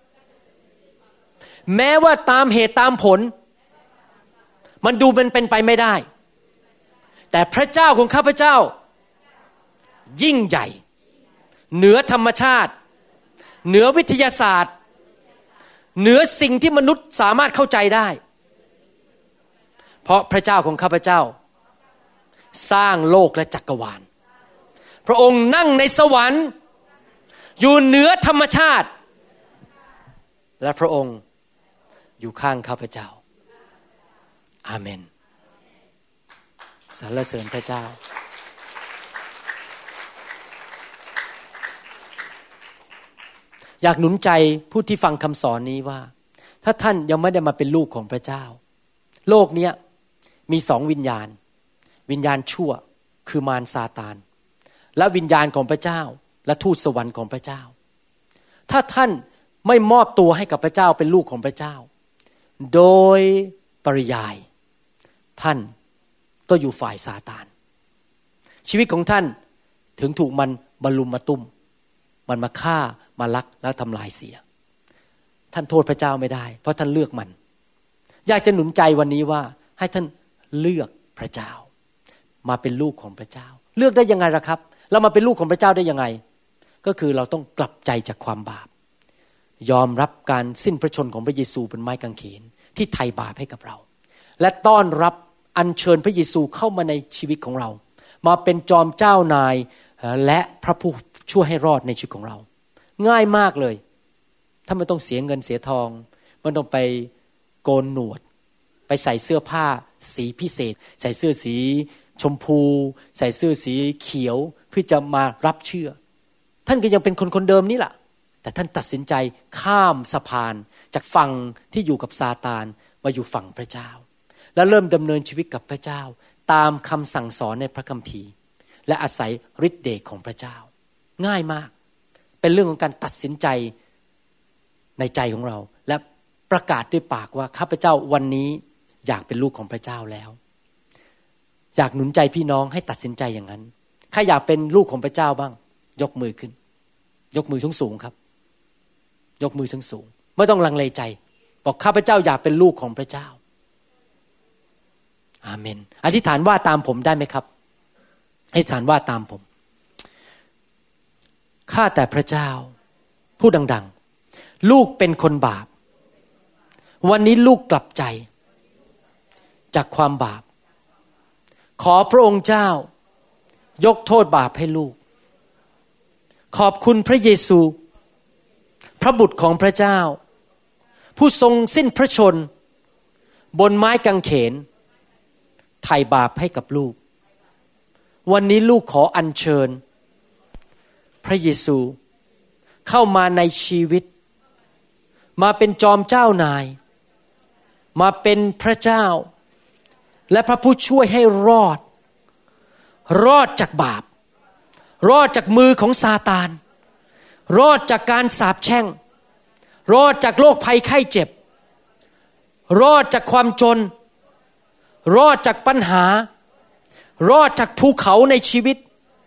แม้ว่าตามเหตุตามผลมันดูมันเป็นไปไม่ได้แต่พระเจ้าของข้าพเจ้ายิ่งใหญ่เหนือธรรมชาติเหนือวิทยาศาสตร์เหนือสิ่งที่มนุษย์สามารถเข้าใจได้เพราะพระเจ้าของข้าพเจ้าสร้างโลกและจักรวาลพระองค์นั่งในสวรรค์อยู่เหนือธรรมชาติและพระองค์อยู่ข้างข้าพเจ้าอาเมนสรรเสริญพระเจ้าอยากหนุนใจผู้ที่ฟังคำสอนนี้ว่าถ้าท่านยังไม่ได้มาเป็นลูกของพระเจ้าโลกนี้มีสองวิญญาณวิญญาณชั่วคือมารซาตานและวิญญาณของพระเจ้าและทูตสวรรค์ของพระเจ้าถ้าท่านไม่มอบตัวให้กับพระเจ้าเป็นลูกของพระเจ้าโดยปริยายท่านก็อยู่ฝ่ายซาตานชีวิตของท่านถึงถูกมันบรรลุมมาตุ้มมันมาฆ่ามาลักแล้วทำลายเสียท่านโทษพระเจ้าไม่ได้เพราะท่านเลือกมันอยากจะหนุนใจวันนี้ว่าให้ท่านเลือกพระเจ้ามาเป็นลูกของพระเจ้าเลือกได้ยังไงล่ะครับเรามาเป็นลูกของพระเจ้าได้ยังไงก็คือเราต้องกลับใจจากความบาปยอมรับการสิ้นพระชนของพระเยซูบนไม้กางเขนที่ไถ่บาปให้กับเราและต้อนรับอัญเชิญพระเยซูเข้ามาในชีวิตของเรามาเป็นจอมเจ้านายและพระผู้ช่วยให้รอดในชีวิตของเราง่ายมากเลยถ้าไม่ต้องเสียเงินเสียทองไม่ต้องไปโกนหนวดไปใส่เสื้อผ้าสีพิเศษใส่เสื้อสีชมพูใส่เสื้อสีเขียวเพื่อจะมารับเชื่อท่านก็ยังเป็นคนคนเดิมนี่แหละแต่ท่านตัดสินใจข้ามสะพานจากฝั่งที่อยู่กับซาตานมาอยู่ฝั่งพระเจ้าและเริ่มดำเนินชีวิตกับพระเจ้าตามคำสั่งสอนในพระคัมภีร์และอาศัยฤทธิ์เดชของพระเจ้าง่ายมากเป็นเรื่องของการตัดสินใจในใจของเราและประกาศด้วยปากว่าข้าพเจ้าวันนี้อยากเป็นลูกของพระเจ้าแล้วอยากหนุนใจพี่น้องให้ตัดสินใจอย่างนั้นใครอยากเป็นลูกของพระเจ้าบ้างยกมือขึ้นยกมือสูงๆครับยกมือสูงๆไม่ต้องลังเลใจบอกข้าพเจ้าอยากเป็นลูกของพระเจ้าอาเมนอธิษฐานว่าตามผมได้ไหมครับอธิษฐานว่าตามผมข้าแต่พระเจ้าพูดดังๆลูกเป็นคนบาปวันนี้ลูกกลับใจจากความบาปขอพระองค์เจ้ายกโทษบาปให้ลูกขอบคุณพระเยซูพระบุตรของพระเจ้าผู้ทรงสิ้นพระชนบนไม้กางเขนไถ่บาปให้กับลูกวันนี้ลูกขออัญเชิญพระเยซูเข้ามาในชีวิตมาเป็นจอมเจ้านายมาเป็นพระเจ้าและพระผู้ช่วยให้รอดรอดจากบาปรอดจากมือของซาตานรอดจากการสาปแช่งรอดจากโรคภัยไข้เจ็บรอดจากความจนรอดจากปัญหารอดจากภูเขาในชีวิต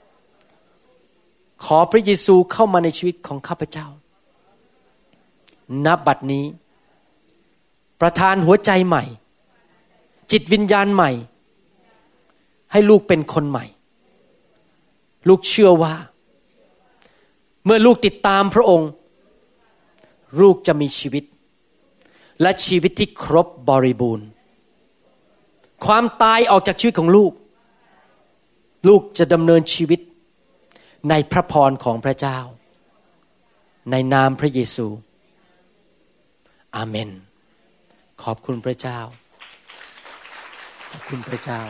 ขอพระเยซูเข้ามาในชีวิตของข้าพเจ้าณบัดนี้ประทานหัวใจใหม่จิตวิญญาณใหม่ให้ลูกเป็นคนใหม่ลูกเชื่อว่าเมื่อลูกติดตามพระองค์ลูกจะมีชีวิตและชีวิตที่ครบบริบูรณ์ความตายออกจากชีวิตของลูกลูกจะดำเนินชีวิตในพระพรของพระเจ้าในนามพระเยซูอาเมนขอบคุณพระเจ้าขอบคุณพระเจ้า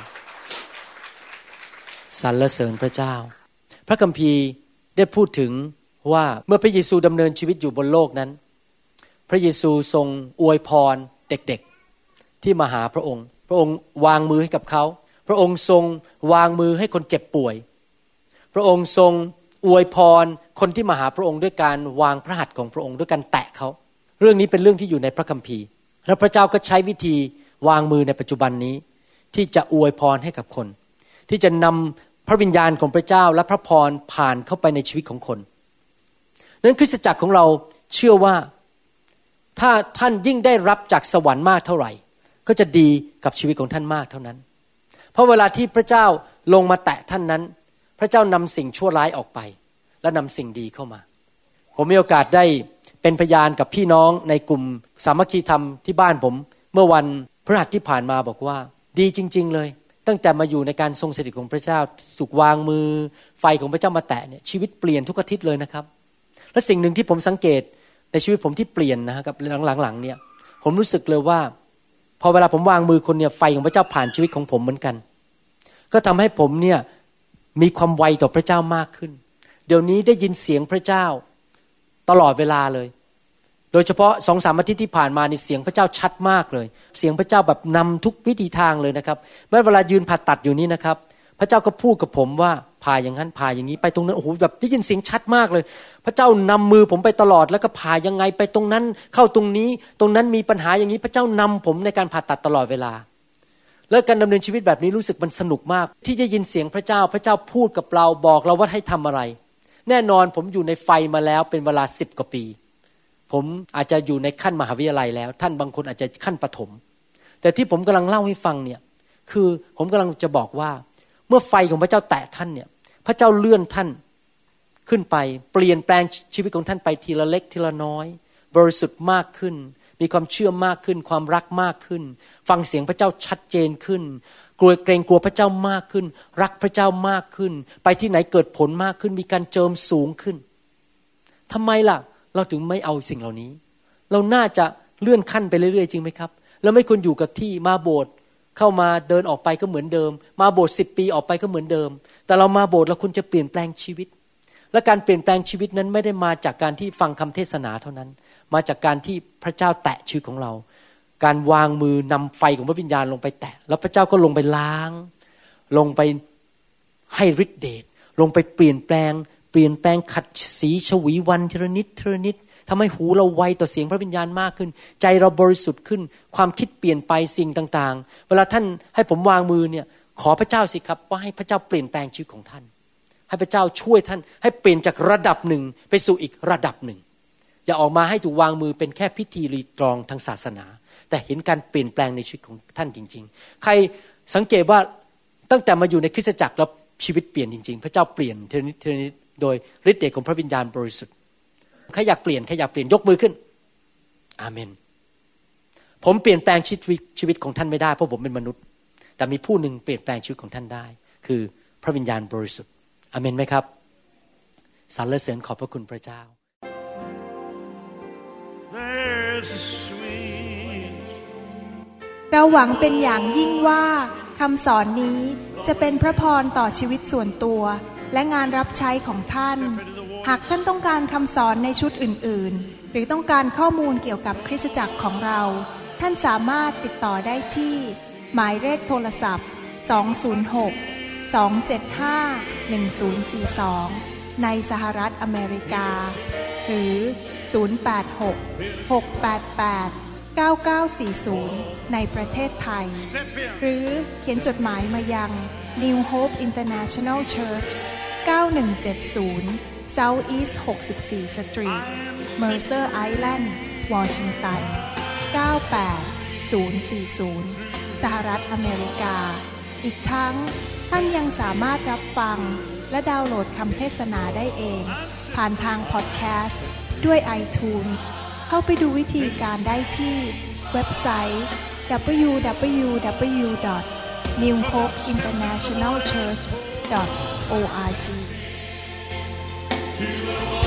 สรรเสริญพระเจ้าพระคัมภีร์ได้พูดถึงว่าเมื่อพระเยซูดำเนินชีวิตอยู่บนโลกนั้นพระเยซูทรงอวยพรเด็กๆที่มาหาพระองค์พระองค์วางมือให้กับเขาพระองค์ทรงวางมือให้คนเจ็บป่วยพระองค์ทรงอวยพรคนที่มาหาพระองค์ด้วยการวางพระหัตถ์ของพระองค์ด้วยการแตะเขาเรื่องนี้เป็นเรื่องที่อยู่ในพระคัมภีร์และพระเจ้าก็ใช้วิธีวางมือในปัจจุบันนี้ที่จะอวยพรให้กับคนที่จะนำพระวิญญาณของพระเจ้าและพระพรผ่านเข้าไปในชีวิตของคนนั้นคริสตจักรของเราเชื่อว่าถ้าท่านยิ่งได้รับจากสวรรค์มากเท่าไหร่ก็จะดีกับชีวิตของท่านมากเท่านั้นเพราะเวลาที่พระเจ้าลงมาแตะท่านนั้นพระเจ้านำสิ่งชั่วร้ายออกไปและนำสิ่งดีเข้ามาผมมีโอกาสได้เป็นพยานกับพี่น้องในกลุ่มสามัคคีธรรมที่บ้านผมเมื่อวันพฤหัสที่ผ่านมาบอกว่าดีจริงๆเลยตั้งแต่มาอยู่ในการทรงสถิตของพระเจ้าสุกวางมือไฟของพระเจ้ามาแตะเนี่ยชีวิตเปลี่ยนทุกอาทิตย์เลยนะครับและสิ่งหนึ่งที่ผมสังเกตในชีวิตผมที่เปลี่ยนนะครับหลังๆเนี่ยผมรู้สึกเลยว่าพอเวลาผมวางมือคนเนี่ยไฟของพระเจ้าผ่านชีวิตของผมเหมือนกันก็ทำให้ผมเนี่ยมีความไวต่อพระเจ้ามากขึ้นเดี๋ยวนี้ได้ยินเสียงพระเจ้าตลอดเวลาเลยโดยเฉพาะ สองสาม อาทิตย์ที่ผ่านมานี่เสียงพระเจ้าชัดมากเลยเสียงพระเจ้าแบบนำทุกวิถีทางเลยนะครับเมื่อเวลายืนผ่าตัดอยู่นี้นะครับพระเจ้าก็พูดกับผมว่าผ่าอย่างนั้นผ่าอย่างนี้ไปตรงนั้นโอ้โหแบบได้ยินเสียงชัดมากเลยพระเจ้านำมือผมไปตลอดแล้วก็ผ่ายังไงไปตรงนั้นเข้าตรงนี้ตรงนั้นมีปัญหาอย่างนี้พระเจ้านำผมในการผ่าตัดตลอดเวลาแล้วการดำเนินชีวิตแบบนี้รู้สึกมันสนุกมากที่จะยินเสียงพระเจ้าพระเจ้าพูดกับเราบอกเราว่าให้ทำอะไรแน่นอนผมอยู่ในไฟมาแล้วเป็นเวลาสิบกว่าปีผมอาจจะอยู่ในขั้นมหาวิทยาลัยแล้วท่านบางคนอาจจะขั้นประถมแต่ที่ผมกำลังเล่าให้ฟังเนี่ยคือผมกำลังจะบอกว่าเมื่อไฟของพระเจ้าแตะท่านเนี่ยพระเจ้าเลื่อนท่านขึ้นไปเปลี่ยนแปลงชีวิตของท่านไปทีละเล็กทีละน้อยบริสุทธิ์มากขึ้นมีความเชื่อมากขึ้นความรักมากขึ้นฟังเสียงพระเจ้าชัดเจนขึ้นกลัวเกรงกลัวพระเจ้ามากขึ้นรักพระเจ้ามากขึ้นไปที่ไหนเกิดผลมากขึ้นมีการเจิมสูงขึ้นทำไมล่ะเราถึงไม่เอาสิ่งเหล่านี้เราน่าจะเลื่อนขั้นไปเรื่อยๆจริงไหมครับเราไม่ควรอยู่กับที่มาโบสถ์เข้ามาเดินออกไปก็เหมือนเดิมมาโบสถ์สิบปีออกไปก็เหมือนเดิมแต่เรามาโบสถ์เราควรจะเปลี่ยนแปลงชีวิตและการเปลี่ยนแปลงชีวิตนั้นไม่ได้มาจากการที่ฟังคำเทศนาเท่านั้นมาจากการที่พระเจ้าแตะชีวิตของเราการวางมือนำไฟของพระวิญญาณลงไปแตะแล้วพระเจ้าก็ลงไปล้างลงไปให้ฤทธิ์เดชลงไปเปลี่ยนแปลงเปลี่ยนแปลงขัดสีชวีวันทีละนิดทีละนิดทำให้หูเราไวต่อเสียงพระวิญญาณมากขึ้นใจเราบริสุทธิ์ขึ้นความคิดเปลี่ยนไปสิ่งต่างๆเวลาท่านให้ผมวางมือเนี่ยขอพระเจ้าสิครับว่าให้พระเจ้าเปลี่ยนแปลงชีวิตของท่านให้พระเจ้าช่วยท่านให้เปลี่ยนจากระดับหนึ่งไปสู่อีกระดับหนึ่งอย่าออกมาให้ถูกวางมือเป็นแค่พิธีรีตรองทางศาสนาแต่เห็นการเปลี่ยนแปลงในชีวิตของท่านจริงๆใครสังเกตว่าตั้งแต่มาอยู่ในคริสตจักรแล้วชีวิตเปลี่ยนจริงๆพระเจ้าเปลี่ยนทีละนิดทีละนิดโดยฤทธิ์เดชของพระวิญญาณบริสุทธิ์ใครอยากเปลี่ยนใครอยากเปลี่ยนยกมือขึ้นอาเมนผมเปลี่ยนแปลงชีวิตชีวิตของท่านไม่ได้เพราะผมเป็นมนุษย์แต่มีผู้หนึ่งเปลี่ยนแปลงชีวิตของท่านได้คือพระวิญญาณบริสุทธิ์อาเมนไหมครับสรรเสริญขอบพระคุณพระเจ้าเราหวังเป็นอย่างยิ่งว่าคำสอนนี้จะเป็นพระพรต่อชีวิตส่วนตัวและงานรับใช้ของท่านหากท่านต้องการคำสอนในชุดอื่นๆหรือต้องการข้อมูลเกี่ยวกับคริสตจักรของเราท่านสามารถติดต่อได้ที่หมายเลขโทรศัพท์สอง ศูนย์ หก สอง เจ็ด ห้า หนึ่ง ศูนย์ สี่ สองในสหรัฐอเมริกาหรือศูนย์ แปด หก หก แปด แปด เก้า เก้า สี่ ศูนย์ในประเทศไทยหรือเขียนจดหมายมายัง New Hope International Church เก้าหนึ่งเจ็ดศูนย์ South East หกสิบสี่ Street Mercer Island Washington เก้าแปดศูนย์สี่ศูนย์สหรัฐอเมริกาอีกทั้งท่านยังสามารถรับฟังและดาวน์โหลดคำเทศนาได้เองผ่านทางพอดแคสต์ด้วย iTunes เข้าไปดูวิธีการได้ที่เว็บไซต์ ดับเบิลยู ดับเบิลยู ดับเบิลยู ดอท นิว โฮป อินเตอร์เนชั่นแนล เชิร์ช ดอท โอ อาร์ จี